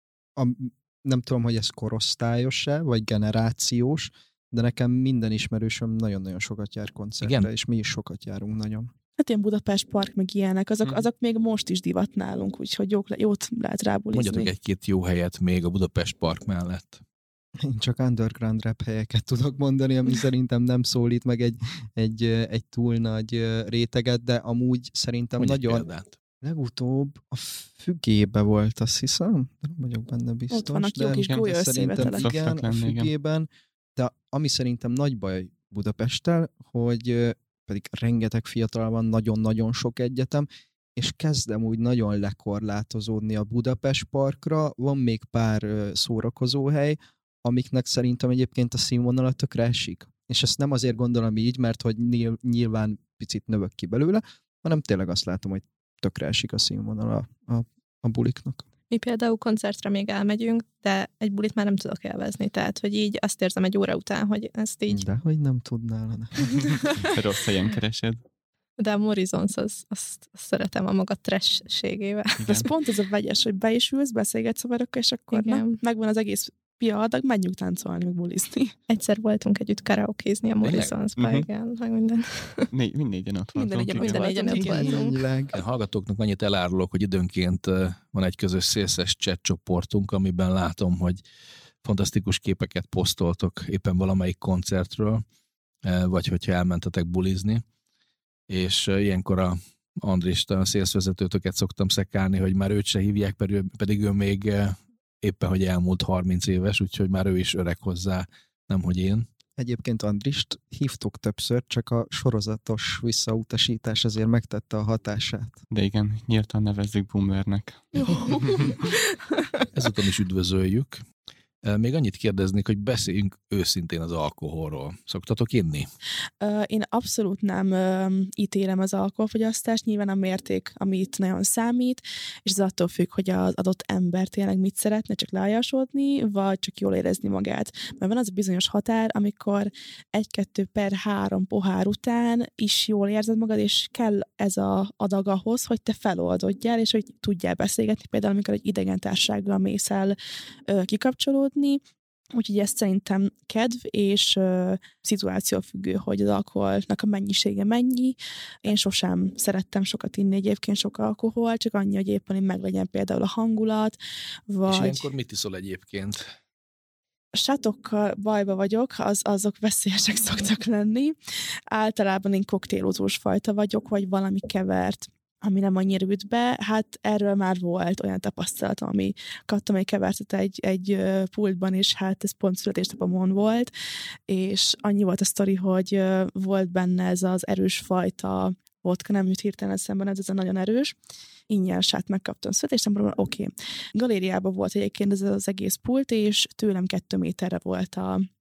nem tudom, hogy ez korosztályos-e, vagy generációs, de nekem minden ismerősöm nagyon-nagyon sokat jár koncertre, igen? És mi is sokat járunk nagyon.
Hát ilyen Budapest Park, meg ilyenek, azok még most is divat nálunk, úgyhogy jót lehet rábulizni.
Mondjatok egy-két jó helyet még a Budapest Park mellett.
Én csak underground rap helyeket tudok mondani, ami szerintem nem szólít meg egy túl nagy réteget, de amúgy szerintem
mondj
nagyon... Legutóbb a Függébe volt, azt hiszem, nem vagyok benne biztos.
Ott vannak jó kis
gólyösszévetelek. Igen, a Függében, de ami szerintem nagy baj Budapesttel, hogy pedig rengeteg fiatal van, nagyon-nagyon sok egyetem, és kezdem úgy nagyon lekorlátozódni a Budapest Parkra, van még pár szórakozóhely, amiknek szerintem egyébként a színvonala tökre esik. És ezt nem azért gondolom így, mert hogy nyilván picit növök ki belőle, hanem tényleg azt látom, hogy tökre esik a színvonala a buliknak.
Mi például koncertre még elmegyünk, de egy bulit már nem tudok élvezni, tehát hogy így azt érzem egy óra után, hogy ezt így...
De hogy nem tudnál.
Rossz helyen keresed.
De a Morrisons, azt szeretem a maga trash-ségével.
Ez pont az a vegyes, hogy be is ülsz, beszélgetsz a haverokkal, és akkor megvan az egész pia adag, menjünk táncolni, meg bulizni.
Egyszer voltunk együtt karaokézni a Morrisonsba, igen, meg minden.
Mindnégyen ott voltunk.
Mindennégyen ott voltunk.
A hallgatóknak annyit elárulok, hogy időnként van egy közös szélszes chat csoportunk, amiben látom, hogy fantasztikus képeket posztoltok éppen valamelyik koncertről, vagy hogyha elmentetek bulizni, és ilyenkor a Andrist, a szélszvezetőtöket szoktam szekálni, hogy már őt se hívják, pedig ő még éppen, hogy elmúlt 30 éves, úgyhogy már ő is öreg hozzá, nemhogy én.
Egyébként Andrist hívtuk többször, csak a sorozatos visszautasítás azért megtette a hatását.
De igen, nyíltan nevezzük boomernek.
Ezután is üdvözöljük. Még annyit kérdeznék, hogy beszéljünk őszintén az alkoholról. Szoktatok inni?
Én abszolút nem ítélem az alkoholfogyasztást, nyilván a mérték, amit nagyon számít, és ez attól függ, hogy az adott ember tényleg mit szeretne, csak lealjasodni, vagy csak jól érezni magát. Mert van az a bizonyos határ, amikor 1-2/3 pohár után is jól érzed magad, és kell ez az adag ahhoz, hogy te feloldodjál, és hogy tudjál beszélgetni, például amikor egy idegen társággal mész el kikapcsolódni, Úgyhogy ez szerintem kedv és szituáció függő, hogy az alkoholnak a mennyisége mennyi. Én sosem szerettem sokat inni egyébként sok alkohol, csak annyi, hogy éppen meglegyen például a hangulat, vagy...
És ilyenkor mit iszol egyébként?
Sátokkal bajba vagyok, azok veszélyesek szoktak lenni. Általában én koktélozós fajta vagyok, vagy valami kevert, ami nem annyira üt be. Hát erről már volt olyan tapasztalatom, ami kaptam egy kevertet egy pultban, és hát ez pont születésnapomon volt, és annyi volt a sztori, hogy volt benne ez az erős fajta vodka, nem jut hirtelen szemben, ez a nagyon erős. Ingyen sát megkaptam születésnapomon, oké. Galériában volt egyébként ez az egész pult, és tőlem 2 méterre volt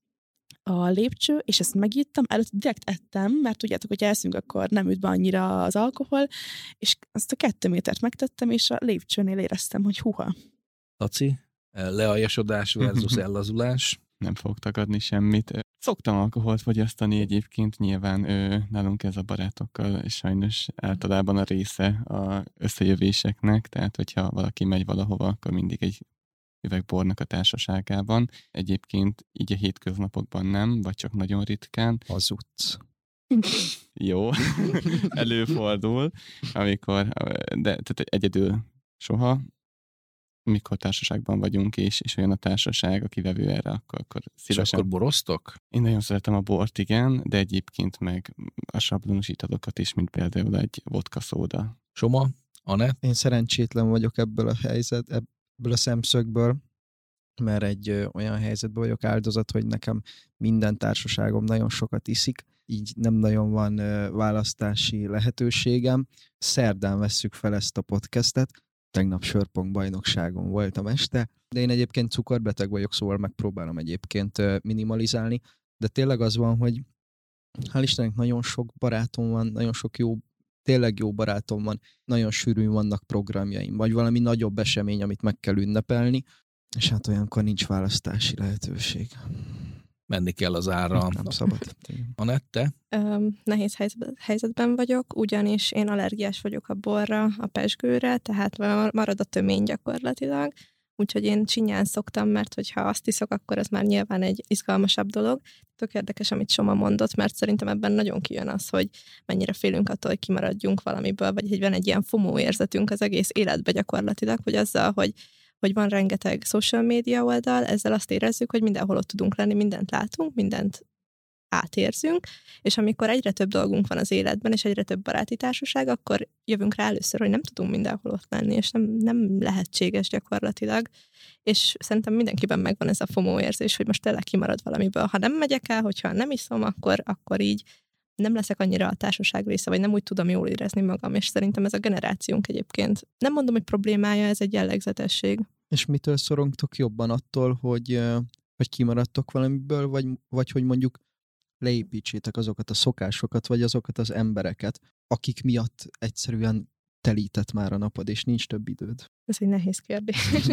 a lépcső, és ezt megittem, előtt direkt ettem, mert tudjátok, hogy elszünk, akkor nem üt be annyira az alkohol, és azt a 2 métert megtettem, és a lépcsőnél éreztem, hogy huha.
Laci, lealjasodás versus ellazulás.
Nem fogok tagadni semmit. Szoktam alkoholt fogyasztani egyébként, nyilván nálunk ez a barátokkal, és sajnos általában a része az összejövéseknek, tehát hogyha valaki megy valahova, akkor mindig egy üveg bornak a társaságában. Egyébként így a hétköznapokban nem, vagy csak nagyon ritkán.
Hazudsz.
Jó, előfordul, amikor, de tehát egyedül soha, mikor társaságban vagyunk, és olyan a társaság, aki vevő erre, akkor szívesen.
És akkor boroztok?
Én nagyon szeretem a bort, igen, de egyébként meg a sablonos italokat is, mint például egy vodka szóda.
Soma, Anett?
Én szerencsétlen vagyok ebből a szemszögből, mert egy olyan helyzetben vagyok áldozat, hogy nekem minden társaságom nagyon sokat iszik, így nem nagyon van választási lehetőségem. Szerdán vesszük fel ezt a podcastet, tegnap sörpong bajnokságon voltam este, de én egyébként cukorbeteg vagyok, szóval megpróbálom egyébként minimalizálni, de tényleg az van, hogy hál' Istennek nagyon sok barátom van, nagyon sok tényleg jó barátom van, nagyon sűrűn vannak programjaim, vagy valami nagyobb esemény, amit meg kell ünnepelni, és hát olyankor nincs választási lehetőség.
Menni kell az árra.
Nem szabad.
Anett, te?
Nehéz helyzetben vagyok, ugyanis én allergiás vagyok a borra, a pezsgőre, tehát marad a tömény gyakorlatilag, úgyhogy én csinyán szoktam, mert hogyha azt iszok, akkor ez már nyilván egy izgalmasabb dolog. Tök érdekes, amit Soma mondott, mert szerintem ebben nagyon kijön az, hogy mennyire félünk attól, hogy kimaradjunk valamiből, vagy hogy van egy ilyen FOMO érzetünk az egész életbe gyakorlatilag, hogy azzal, hogy van rengeteg social media oldal, ezzel azt érezzük, hogy mindenhol ott tudunk lenni, mindent látunk, mindent átérzünk, és amikor egyre több dolgunk van az életben, és egyre több baráti társaság, akkor jövünk rá először, hogy nem tudunk mindenhol ott lenni, és nem lehetséges gyakorlatilag, és szerintem mindenkiben megvan ez a FOMO érzés, hogy most tényleg kimarad valamiből. Ha nem megyek el, hogyha nem iszom, akkor így nem leszek annyira a társaság része, vagy nem úgy tudom jól érezni magam, és szerintem ez a generációnk egyébként. Nem mondom, hogy problémája, ez egy jellegzetesség.
És mitől szorongtok jobban attól, hogy kimaradtok valamiből, vagy hogy mondjuk leépítsétek azokat a szokásokat, vagy azokat az embereket, akik miatt egyszerűen telített már a napod, és nincs több időd?
Ez egy nehéz kérdés.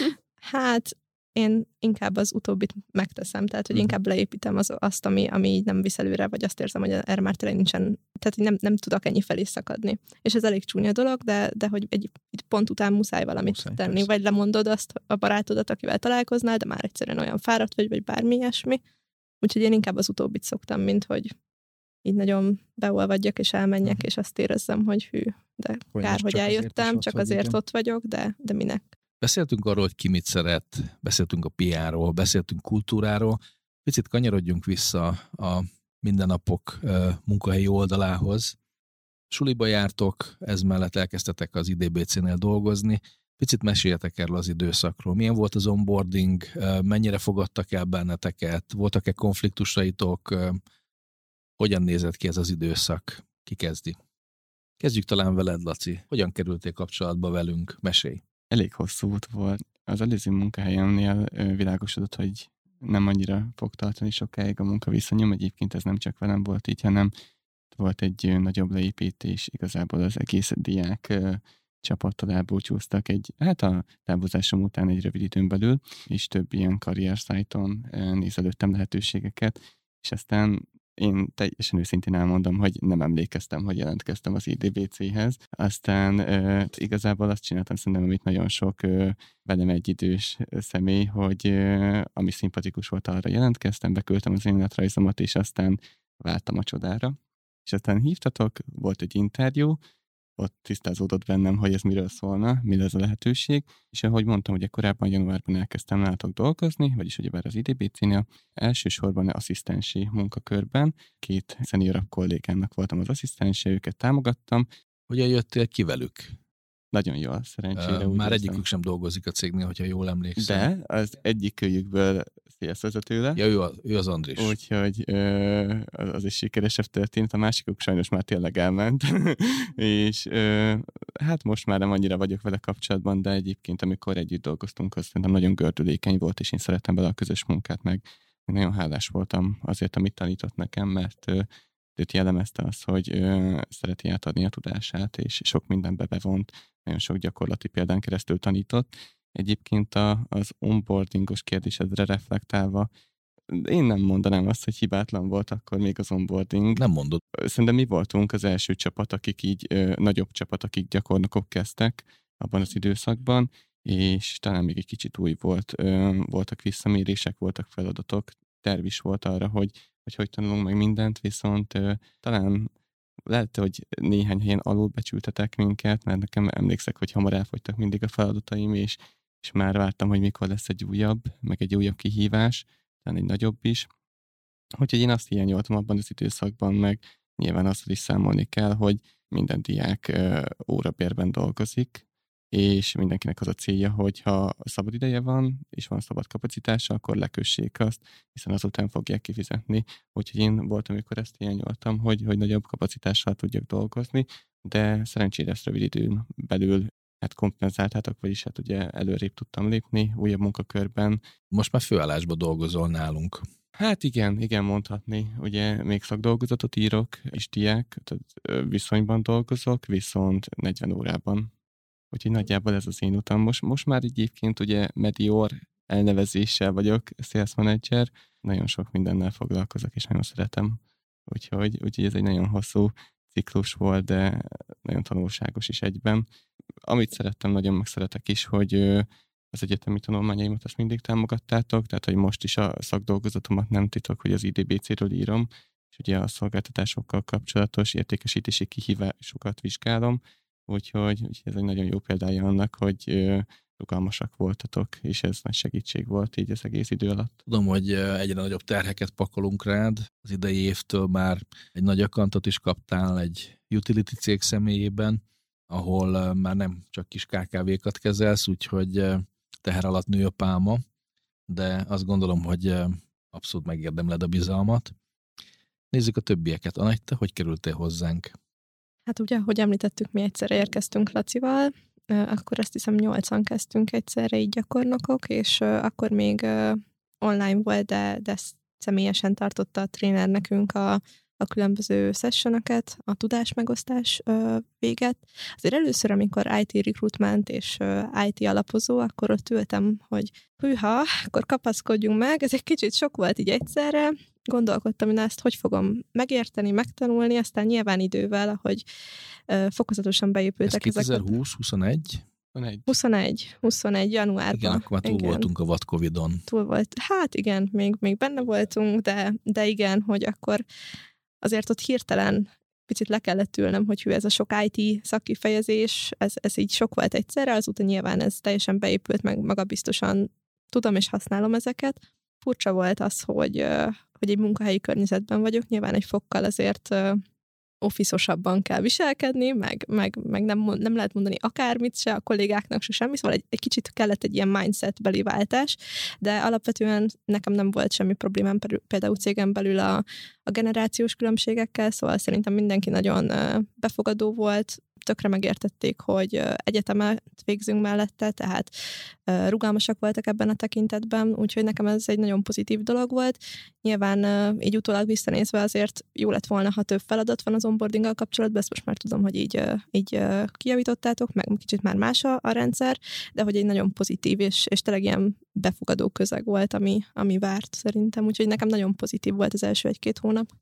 Hát én inkább az utóbbit megteszem, tehát hogy inkább leépítem azt, ami így nem visz előre, vagy azt érzem, hogy erre már tényleg nincsen, tehát nem tudok ennyi felé szakadni. És ez elég csúnya dolog, de hogy egy pont után muszáj valamit tenni, persze. Vagy lemondod azt a barátodat, akivel találkoznál, de már egyszerűen olyan fáradt vagy bármi ilyesmi. Úgyhogy én inkább az utóbbit szoktam, mint hogy így nagyon beolvadjak és elmenjek, és azt érezzem, hogy hű, de kár, hogy eljöttem, csak azért ott vagyok, de minek.
Beszéltünk arról, hogy ki mit szeret, beszéltünk a PR-ról, beszéltünk kultúráról. Picit kanyarodjunk vissza a mindennapok munkahelyi oldalához. Suliba jártok, ez mellett elkezdtetek az IDBC-nél dolgozni. Picit meséljetek erről az időszakról. Milyen volt az onboarding, mennyire fogadtak el benneteket, voltak-e konfliktusaitok, hogyan nézett ki ez az időszak? Ki kezdi? Kezdjük talán veled, Laci. Hogyan kerültél kapcsolatba velünk? Mesélj.
Elég hosszú út volt. Az előző munkahelyemnél világosodott, hogy nem annyira fog tartani sokáig a munkaviszonyom. Egyébként ez nem csak velem volt így, hanem volt egy nagyobb leépítés. Igazából az egész diák csapattal elbúcsúztak a távozásom után egy rövid időn belül, és több ilyen karrierszájton nézelődtem lehetőségeket, és aztán én teljesen őszintén elmondom, hogy nem emlékeztem, hogy jelentkeztem az IDBC-hez. Aztán igazából azt csináltam szerintem, amit nagyon sok velem egyidős személy, hogy ami szimpatikus volt, arra jelentkeztem, beküldtem az önéletrajzomat, és aztán vártam a csodára. És aztán hívtatok, volt egy interjú, ott tisztázódott bennem, hogy ez miről szólna, mi ez a lehetőség, és ahogy mondtam, ugye korábban januárban elkezdtem nálatok dolgozni, vagyis ugyebár az IDBC-nél, elsősorban asszisztensi munkakörben, 2 szeniorabb kollégámnak voltam az asszisztense, őket támogattam.
Hogyan jöttél ki velük?
Nagyon jól, szerencsére.
Már egyikük sem dolgozik a cégnél, hogyha jól emlékszem.
De az egyikőjükből szélszvezető lett.
Ja, ő az Andris.
Úgyhogy az is sikeresebb történt, a másikuk sajnos már tényleg elment. És hát most már nem annyira vagyok vele kapcsolatban, de egyébként amikor együtt dolgoztunk, az szerintem nagyon gördülékeny volt, és én szerettem vele a közös munkát, meg nagyon hálás voltam azért, amit tanított nekem, mert őt jellemezte az, hogy szereti átadni a tudását, és sok mindenbe bevont, nagyon sok gyakorlati példán keresztül tanított. Egyébként az onboardingos kérdésedre reflektálva, én nem mondanám azt, hogy hibátlan volt akkor még az onboarding.
Nem mondod.
Szerintem mi voltunk az első csapat, akik így, nagyobb csapat, akik gyakornokok kezdtek abban az időszakban, és talán még egy kicsit új volt. Voltak visszamérések, voltak feladatok, terv is volt arra, hogy tanulunk meg mindent, viszont talán lehet, hogy néhány helyen alulbecsültetek minket, mert nekem emlékszek, hogy hamar elfogytak mindig a feladataim, és már vártam, hogy mikor lesz egy újabb, meg egy újabb kihívás, talán egy nagyobb is. Úgyhogy én azt hiányoltam abban az időszakban, meg nyilván azzal is számolni kell, hogy minden diák órabérben dolgozik, és mindenkinek az a célja, hogy ha szabad ideje van, és van szabad kapacitása, akkor lekössék azt, hiszen azután fogják kifizetni. Úgyhogy én voltam, amikor ezt hiányoltam, hogy nagyobb kapacitással tudjak dolgozni, de szerencsére ezt rövid időn belül kompenzáltátok, vagyis hát ugye előrébb tudtam lépni újabb munkakörben.
Most már főállásban dolgozol nálunk.
Hát igen, mondhatni. Ugye még szakdolgozatot írok, és diák, tehát viszonyban dolgozok, viszont 40 órában. Úgyhogy nagyjából ez az én utam. Most már egyébként ugye Medior elnevezéssel vagyok sales manager, nagyon sok mindennel foglalkozok, és nagyon szeretem. Úgyhogy ez egy nagyon hosszú ciklus volt, de nagyon tanulságos is egyben. Amit szerettem, nagyon megszeretek is, hogy az egyetemi tanulmányaimat azt mindig támogattátok, tehát hogy most is a szakdolgozatomat nem titok, hogy az IDBC-ről írom, és ugye a szolgáltatásokkal kapcsolatos értékesítési kihívásokat vizsgálom, úgyhogy ez egy nagyon jó példája annak, hogy rugalmasak voltatok, és ez nagy segítség volt így az egész idő alatt.
Tudom, hogy egyre nagyobb terheket pakolunk rád. Az idei évtől már egy nagy akantot is kaptál egy utility cég személyében, ahol már nem csak kis KKV-kat kezelsz, úgyhogy teher alatt nő a pálma, de azt gondolom, hogy abszolút megérdemled a bizalmat. Nézzük a többieket. Anett, te hogy kerültél hozzánk?
Hát ugye, ahogy említettük, mi egyszerre érkeztünk Lacival, akkor azt hiszem 8-an kezdtünk egyszerre így gyakornokok, és akkor még online volt, de személyesen tartotta a tréner nekünk a különböző sessionöket, a tudásmegosztás véget. Azért először, amikor IT recruitment és IT alapozó, akkor ott ültem, hogy hűha, akkor kapaszkodjunk meg, ez egy kicsit sok volt így egyszerre, gondolkodtam, hogy ezt hogy fogom megérteni, megtanulni, aztán nyilván idővel, ahogy fokozatosan beépültek
ezek. Ez 2020-21? 21 januárban.
Igen,
akkor már túl voltunk a vad Covid-on.
Túl volt. Hát igen, még benne voltunk, de igen, hogy akkor azért ott hirtelen picit le kellett ülnem, hogy ez a sok IT szakkifejezés, ez így sok volt egyszerre, azután nyilván ez teljesen beépült, meg magabiztosan tudom és használom ezeket. Furcsa volt az, hogy egy munkahelyi környezetben vagyok, nyilván egy fokkal azért office-osabban kell viselkedni, meg nem lehet mondani akármit se, a kollégáknak se semmi, szóval egy kicsit kellett egy ilyen mindsetbeli váltás, de alapvetően nekem nem volt semmi problémám például cégen belül a generációs különbségekkel, szóval szerintem mindenki nagyon befogadó volt, tökre megértették, hogy egyetemet végzünk mellette, tehát rugalmasak voltak ebben a tekintetben, úgyhogy nekem ez egy nagyon pozitív dolog volt. Nyilván így utólag visszanézve azért jó lett volna, ha több feladat van az onboardinggal kapcsolatban, ezt most már tudom, hogy így kijavítottátok, meg kicsit már más a rendszer, de hogy egy nagyon pozitív és tényleg ilyen befogadó közeg volt, ami várt szerintem, úgyhogy nekem nagyon pozitív volt az első 1-2 hónap.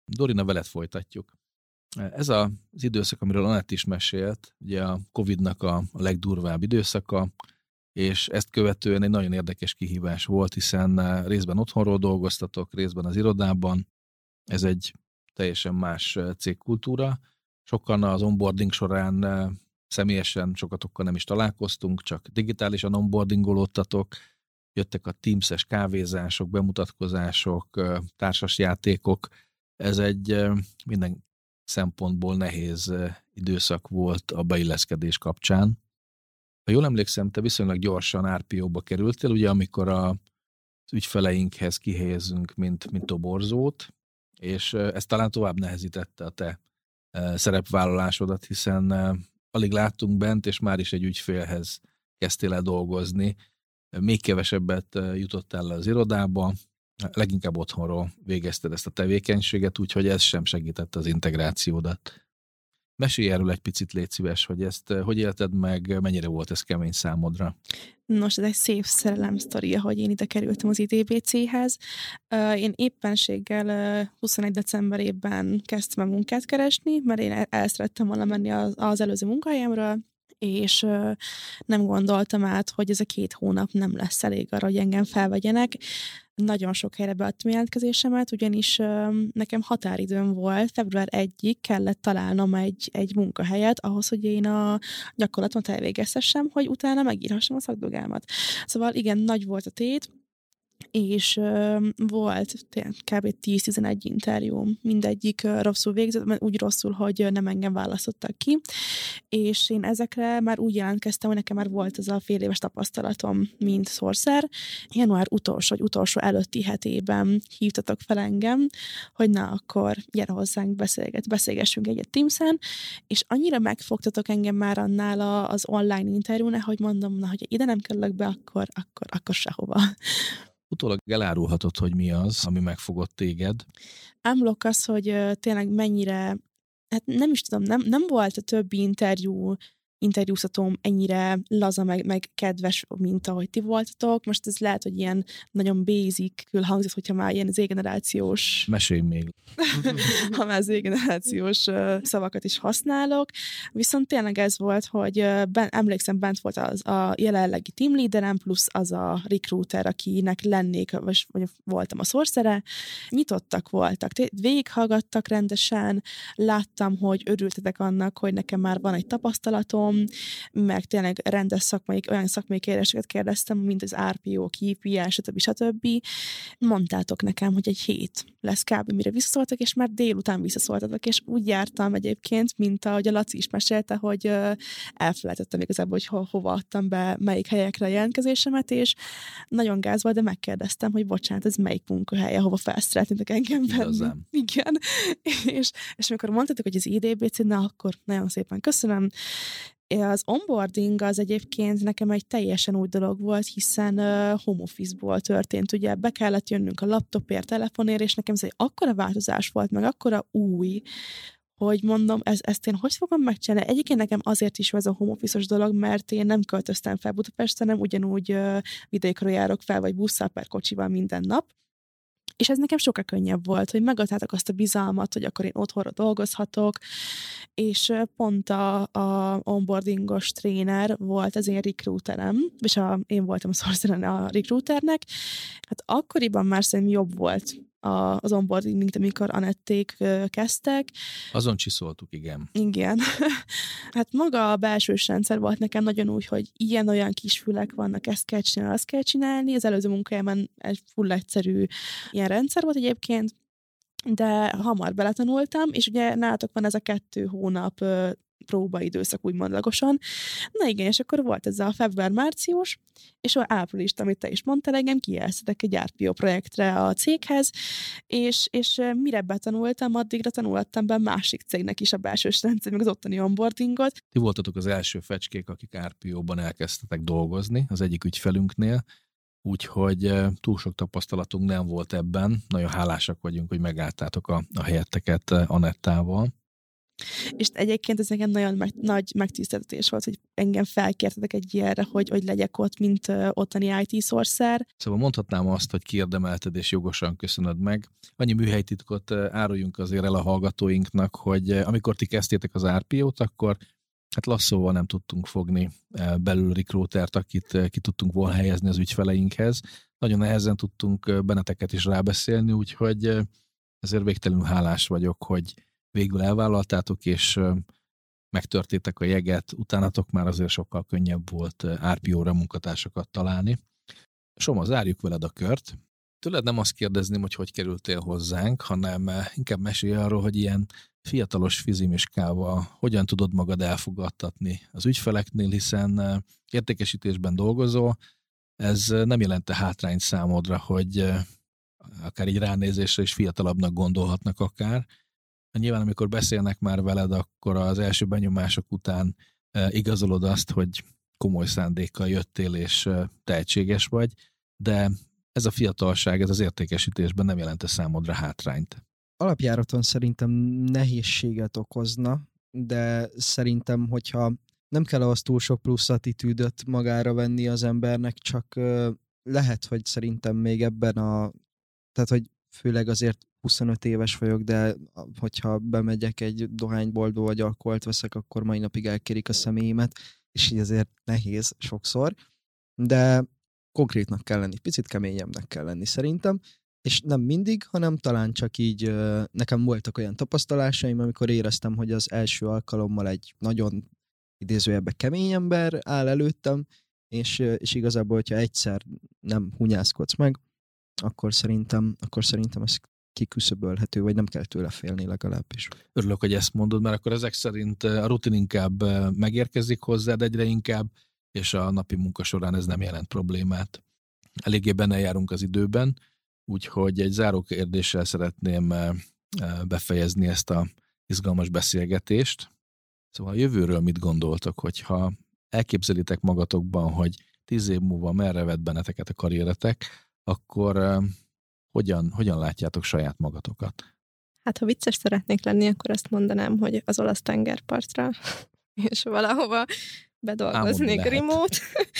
Dorina, veled folytatjuk. Ez az időszak, amiről Anett is mesélt, ugye a Covid-nak a legdurvább időszaka, és ezt követően egy nagyon érdekes kihívás volt, hiszen részben otthonról dolgoztatok, részben az irodában. Ez egy teljesen más cégkultúra. Sokan az onboarding során személyesen sokatokkal nem is találkoztunk, csak digitálisan onboardingolódtatok, jöttek a Teams-es kávézások, bemutatkozások, társasjátékok. Ez egy minden szempontból nehéz időszak volt a beilleszkedés kapcsán. Ha jól emlékszem, te viszonylag gyorsan RPO-ba kerültél, ugye amikor az ügyfeleinkhez kihelyezünk, mint toborzót, és ez talán tovább nehezítette a te szerepvállalásodat, hiszen alig láttunk bent, és már is egy ügyfélhez kezdtél el dolgozni. Még kevesebbet jutottál le az irodába, leginkább otthonról végezted ezt a tevékenységet, úgyhogy ez sem segítette az integrációdat. Mesélj erről egy picit, légy szíves, hogy ezt hogy élted meg, mennyire volt ez kemény számodra?
Nos, ez egy szép szerelem sztoria, hogy én ide kerültem az IDBC-hez. Én éppenséggel 21 decemberében kezdtem a munkát keresni, mert én el szerettem volna menni az előző munkahelyemről, és nem gondoltam át, hogy ez a 2 hónap nem lesz elég arra, hogy engem felvegyenek. Nagyon sok helyre beadtam jelentkezésemet, ugyanis nekem határidőm volt, február 1-ig kellett találnom egy munkahelyet ahhoz, hogy én a gyakorlatomat elvégeztessem, hogy utána megírhassam a szakdolgámat. Szóval igen, nagy volt a tét, és volt kb. 10-11 interjúm, mindegyik rosszul végzett, mert úgy rosszul, hogy nem engem választottak ki, és én ezekre már úgy jelentkeztem, hogy nekem már volt ez a fél éves tapasztalatom, mint sourcer. Január utolsó előtti hetében hívtatok fel engem, hogy na, akkor gyere hozzánk, beszélgessünk egyet Teams-en, és annyira megfogtatok engem már annál az online interjúnál, hogy mondom, na, hogy ide nem kerülök be, akkor sehova.
Utólag elárulhatod, hogy mi az, ami megfogott téged?
Unblock az, hogy tényleg mennyire, hát nem is tudom, nem volt a többi interjúztatóm ennyire laza, meg kedves, mint ahogy ti voltatok. Most ez lehet, hogy ilyen nagyon basic hangzik, hogyha már ilyen Z-generációs...
Mesélj még.
Ha már Z-generációs szavakat is használok. Viszont tényleg ez volt, hogy emlékszem, bent volt az a jelenlegi team leaderem, plusz az a recruiter, akinek lennék, vagy voltam a sourcere. Nyitottak voltak, végighallgattak rendesen, láttam, hogy örültetek annak, hogy nekem már van egy tapasztalatom, meg tényleg rendes olyan szakmai kérdéseket kérdeztem, mint az RPO, KPI, stb. Mondtátok nekem, hogy egy hét lesz kb. Mire visszaszóltak, és már délután visszaszóltatok, és úgy jártam egyébként, mint ahogy a Laci is mesélte, hogy elfelejtettem igazából, hogy hova adtam be, melyik helyekre a jelentkezésemet, és nagyon gáz volt, de megkérdeztem, hogy bocsánat, ez melyik munkahely, ahova felszeretnétek engem venni. Igen. És amikor mondtátok, hogy az IDBC, na akkor nagyon szépen köszönöm. Az onboarding az egyébként nekem egy teljesen új dolog volt, hiszen home office-ból történt. Ugye be kellett jönnünk a laptopért, telefonért, és nekem ez egy akkora változás volt, meg akkora új, hogy mondom, ezt én hogy fogom megcsinálni? Egyébként nekem azért is ez a home office-os dolog, mert én nem költöztem fel Budapesten, hanem ugyanúgy vidékről járok fel, vagy busszal per kocsival minden nap. És ez nekem sokkal könnyebb volt, hogy megadtátok azt a bizalmat, hogy akkor én otthonra dolgozhatok, és pont a onboardingos tréner volt az én recruiterem, és én voltam a sourceren a recruiternek. Hát akkoriban már szerintem jobb volt az onboarding, mint amikor Anették kezdtek.
Azon csiszoltuk, igen.
Igen. Hát maga a belsős rendszer volt nekem nagyon úgy, hogy ilyen-olyan kisfülek vannak, ezt kell csinálni, azt kell csinálni. Az előző munkájában egy full egyszerű ilyen rendszer volt egyébként, de hamar beletanultam, és ugye nálatok van ez a 2 hónap próbaidőszak úgymondlagosan. Na igen, és akkor volt ez a február-március, és április, amit te is mondtál, engem kijelztetek egy RPO projektre a céghez, és mire betanultam, addigra tanultam be másik cégnek is a belsős rendszer, meg az ottani onboardingot.
Ti voltatok az első fecskék, akik RPO-ban elkezdtetek dolgozni az egyik ügyfelünknél, úgyhogy túl sok tapasztalatunk nem volt ebben. Nagyon hálásak vagyunk, hogy megálltátok a helyetteket Anettával.
És egyébként ez nekem nagyon nagy megtiszteltetés volt, hogy engem felkértetek egy ilyenre, hogy legyek ott, mint ottani IT Sourcer.
Szóval mondhatnám azt, hogy kiérdemelted és jogosan köszönöd meg. Annyi műhelytitkot áruljunk azért el a hallgatóinknak, hogy amikor ti kezdtétek az RPO-t, akkor hát lasszóval nem tudtunk fogni belül recruitert, akit ki tudtunk volna helyezni az ügyfeleinkhez. Nagyon nehezen tudtunk benneteket is rábeszélni, úgyhogy ezért végtelenül hálás vagyok, hogy végül elvállaltátok, és megtörtétek a jeget, utánatok már azért sokkal könnyebb volt RPO-ra munkatársakat találni. Soma, zárjuk veled a kört. Tőled nem azt kérdezném, hogy kerültél hozzánk, hanem inkább mesélj arról, hogy ilyen fiatalos fizimiskával hogyan tudod magad elfogadtatni az ügyfeleknél, hiszen értékesítésben dolgozol, ez nem jelente hátrányt számodra, hogy akár így ránézésre is fiatalabbnak gondolhatnak akár. Nyilván, amikor beszélnek már veled, akkor az első benyomások után igazolod azt, hogy komoly szándékkal jöttél és tehetséges vagy, de ez a fiatalság, ez az értékesítésben nem jelente számodra hátrányt.
Alapjáraton szerintem nehézséget okozna, de szerintem, hogyha nem kell ahhoz túl sok plusz attitűdöt magára venni az embernek, csak lehet, hogy szerintem még ebben tehát, hogy főleg azért 25 éves vagyok, de hogyha bemegyek egy dohányboltba vagy alkoholt veszek, akkor mai napig elkérik a személyemet, és így azért nehéz sokszor, de konkrétnak kell lenni, picit keményebbnek kell lenni szerintem, és nem mindig, hanem talán csak így nekem voltak olyan tapasztalásaim, amikor éreztem, hogy az első alkalommal egy nagyon idézőjelben kemény ember áll előttem, és igazából, hogyha egyszer nem hunyászkodsz meg, akkor szerintem ez kiküszöbölhető, vagy nem kell tőle félni legalábbis.
Örülök, hogy ezt mondod, mert akkor ezek szerint a rutin inkább megérkezik hozzád egyre inkább, és a napi munka során ez nem jelent problémát. Eléggé benne járunk az időben, úgyhogy egy záró kérdéssel szeretném befejezni ezt a izgalmas beszélgetést. Szóval a jövőről mit gondoltok, hogyha elképzelitek magatokban, hogy 10 év múlva merre vet benneteket a karrieretek, akkor hogyan látjátok saját magatokat?
Hát, ha vicces szeretnék lenni, akkor azt mondanám, hogy az olasz tengerpartra, és valahova bedolgoznék remote.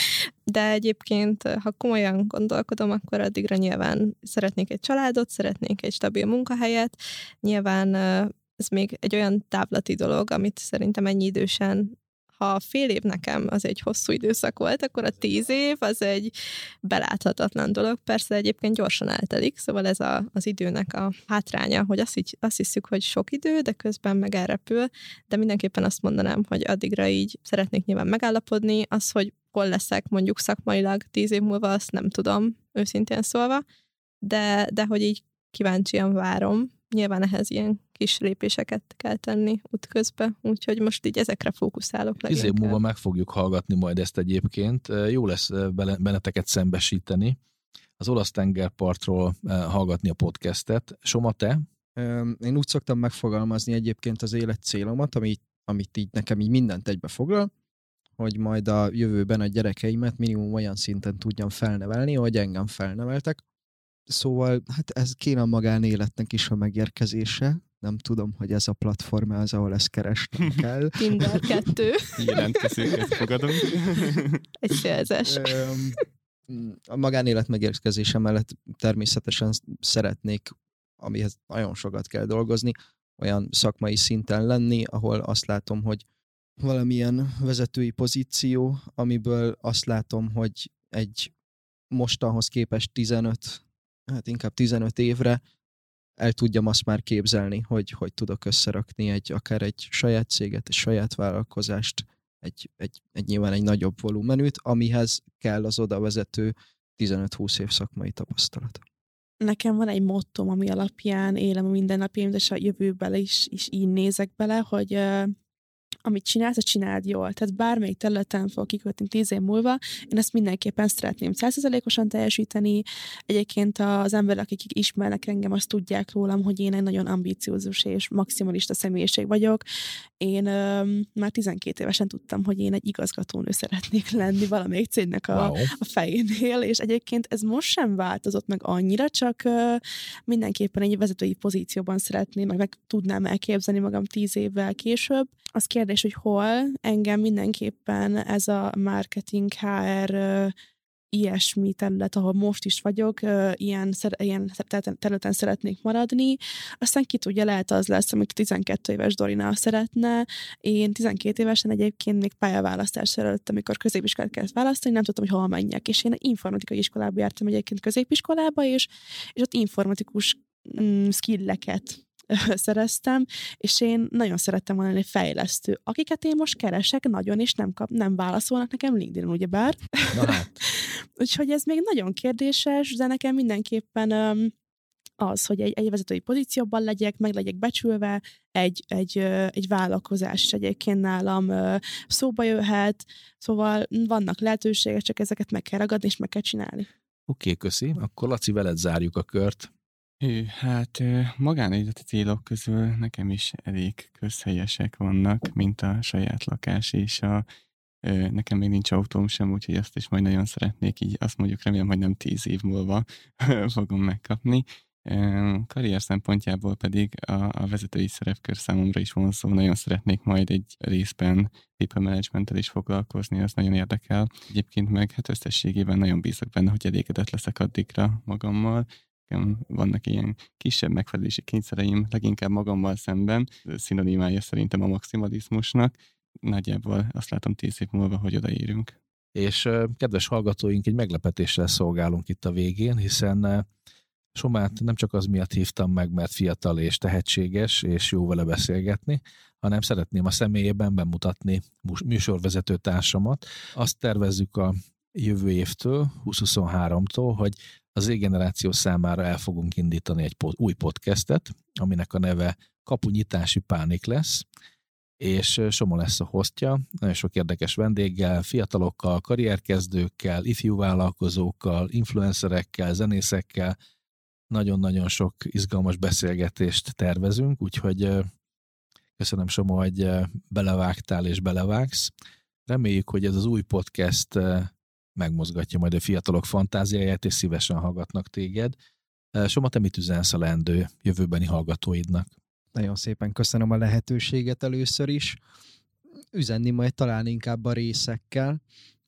De egyébként, ha komolyan gondolkodom, akkor addigra nyilván szeretnék egy családot, szeretnék egy stabil munkahelyet. Nyilván ez még egy olyan távlati dolog, amit szerintem ennyi idősen, ha fél év nekem az egy hosszú időszak volt, akkor a 10 év az egy beláthatatlan dolog. Persze egyébként gyorsan eltelik, szóval ez az időnek a hátránya, hogy azt hiszük, hogy sok idő, de közben meg elrepül, de mindenképpen azt mondanám, hogy addigra így szeretnék nyilván megállapodni, az, hogy hol leszek mondjuk szakmailag 10 év múlva, azt nem tudom, őszintén szólva, de hogy így kíváncsian várom. Nyilván ehhez ilyen kis lépéseket kell tenni útközben, úgyhogy most így ezekre fókuszálok leginkább.
10 év múlva meg fogjuk hallgatni majd ezt egyébként. Jó lesz benneteket szembesíteni. Az olasz tengerpartról hallgatni a podcastet. Soma, te?
Én úgy szoktam megfogalmazni egyébként az élet célomat, amit így nekem így mindent egybe foglal, hogy majd a jövőben a gyerekeimet minimum olyan szinten tudjam felnevelni, ahogy engem felneveltek. Szóval hát ez kéne a magánéletnek is a megérkezése. Nem tudom, hogy ez a platform az, ahol ezt keresnem kell.
Tinder 2.
Jelentkezőket fogadunk.
Egy szélzes.
A magánélet megérkezése mellett természetesen szeretnék, amihez nagyon sokat kell dolgozni, olyan szakmai szinten lenni, ahol azt látom, hogy valamilyen vezetői pozíció, amiből azt látom, hogy egy mostanhoz képest 15 évre el tudjam azt már képzelni, hogy tudok összerakni akár egy saját céget, egy saját vállalkozást, nyilván egy nagyobb volumenűt, amihez kell az oda vezető 15-20 év szakmai tapasztalat.
Nekem van egy mottom, ami alapján élem a mindennapjaimat, és a jövőben is így nézek bele, hogy amit csinálsz, azt csináld jól. Tehát bármelyik területen fog kikötni 10 év múlva, én ezt mindenképpen szeretném 100%-osan teljesíteni. Egyébként az emberek, akik ismernek engem, azt tudják rólam, hogy én egy nagyon ambiciózus és maximalista személyiség vagyok. Én már 12 évesen tudtam, hogy én egy igazgatónő szeretnék lenni valamelyik cégnek a fejénél, és egyébként ez most sem változott meg annyira, csak mindenképpen egy vezetői pozícióban szeretném, meg tudnám elképzelni magam 10 évvel később. Az kérdés, hogy hol, engem mindenképpen ez a marketing, HR, ilyesmi terület, ahol most is vagyok, ilyen területen szeretnék maradni. Aztán ki tudja, lehet az lesz, amit a 12 éves Dorina szeretne. Én 12 évesen egyébként még pályaválasztás előtt, amikor középiskolát kellett választani, nem tudtam, hogy hol menjek. És én informatikai iskolába jártam egyébként középiskolába, és ott informatikus skilleket szereztem, és én nagyon szerettem volna lenni fejlesztő. Akiket én most keresek nagyon, és nem válaszolnak nekem LinkedIn, ugyebár. Úgyhogy ez még nagyon kérdéses, de nekem mindenképpen az, hogy egy vezetői pozícióban legyek, meg legyek becsülve, egy vállalkozás is egyébként nálam szóba jöhet, szóval vannak lehetőségek, csak ezeket meg kell ragadni, és meg kell csinálni.
Oké, köszi. Akkor Laci, veled zárjuk a kört.
Hát magánéleti célok közül nekem is elég közhelyesek vannak, mint a saját lakás, és nekem még nincs autóm sem, úgyhogy azt is majd nagyon szeretnék, így azt mondjuk remélem, hogy nem 10 év múlva fogom megkapni. Karrier szempontjából pedig a vezetői szerepkör számomra is vonzó, nagyon szeretnék majd egy részben people management-tel is foglalkozni, az nagyon érdekel. Egyébként meg hát összességében nagyon bízok benne, hogy elégedett leszek addigra magammal. Vannak ilyen kisebb megfelelési kényszereim, leginkább magammal szemben, szinonimája szerintem a maximalizmusnak. Nagyjából azt látom 10 év múlva, hogy odaérünk.
És kedves hallgatóink, egy meglepetéssel szolgálunk itt a végén, hiszen Somát nem csak az miatt hívtam meg, mert fiatal és tehetséges, és jó vele beszélgetni, hanem szeretném a személyében bemutatni műsorvezető társamat. Azt tervezzük a jövő évtől, 2023-tól, hogy az Z-generáció számára el fogunk indítani egy új podcastet, aminek a neve Kapunyitási Pánik lesz, és Soma lesz a hostja, nagyon sok érdekes vendéggel, fiatalokkal, karrierkezdőkkel, ifjú vállalkozókkal, influencerekkel, zenészekkel, nagyon-nagyon sok izgalmas beszélgetést tervezünk, úgyhogy köszönöm, Soma, hogy belevágtál és belevágsz. Reméljük, hogy ez az új podcast megmozgatja majd a fiatalok fantáziáját, és szívesen hallgatnak téged. Soma, te mit üzensz a leendő jövőbeni hallgatóidnak?
Nagyon szépen köszönöm a lehetőséget először is. Üzenni majd talán inkább a részekkel.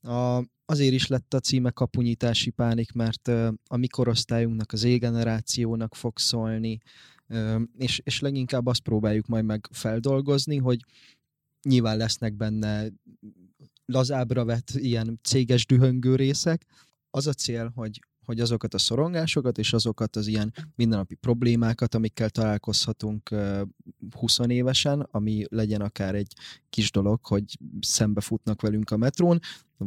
Azért is lett a címe Kapunyitási Pánik, mert a mi korosztályunknak, az Z-generációnak fog szólni, és leginkább azt próbáljuk majd meg feldolgozni, hogy nyilván lesznek benne lazábbra vett ilyen céges dühöngő részek. Az a cél, hogy azokat a szorongásokat és azokat az ilyen mindennapi problémákat, amikkel találkozhatunk 20 évesen, ami legyen akár egy kis dolog, hogy szembefutnak velünk a metrón,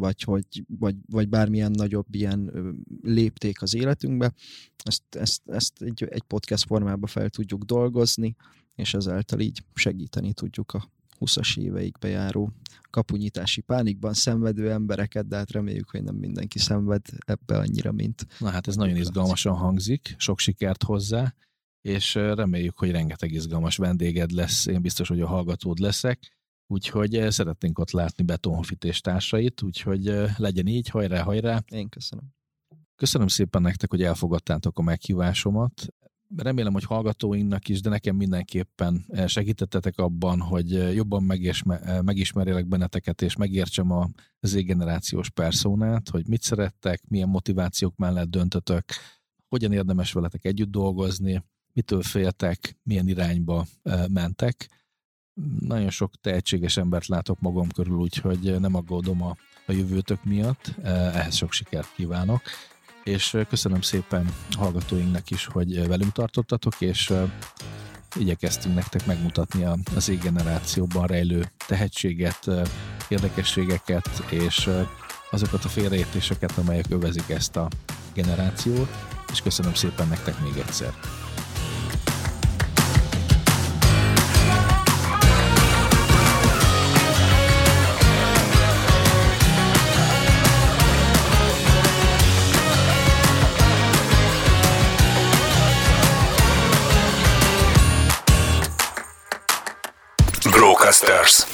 vagy bármilyen nagyobb ilyen lépték az életünkbe, ezt egy podcast formában fel tudjuk dolgozni, és ezáltal így segíteni tudjuk a 20-as éveikbe járó kapunyitási pánikban szenvedő embereket, de hát reméljük, hogy nem mindenki szenved ebbe annyira, mint...
Na hát ez nagyon izgalmasan hangzik, sok sikert hozzá, és reméljük, hogy rengeteg izgalmas vendéged lesz, én biztos, hogy a hallgatód leszek, úgyhogy szeretnénk ott látni Betonhofit és társait, úgyhogy legyen így, hajrá, hajrá!
Én köszönöm.
Köszönöm szépen nektek, hogy elfogadtátok a meghívásomat. Remélem, hogy hallgatóinknak is, de nekem mindenképpen segítettetek abban, hogy jobban megismerjelek benneteket, és megértsem a Z-generációs perszónát, hogy mit szerettek, milyen motivációk mellett döntötök, hogyan érdemes veletek együtt dolgozni, mitől féltek, milyen irányba mentek. Nagyon sok tehetséges embert látok magam körül, úgyhogy nem aggódom a jövőtök miatt. Ehhez sok sikert kívánok. És köszönöm szépen a hallgatóinknak is, hogy velünk tartottatok, és igyekeztünk nektek megmutatni az Z-generációban rejlő tehetséget, érdekességeket, és azokat a félreértéseket, amelyek övezik ezt a generációt, és köszönöm szépen nektek még egyszer.
Podcasters.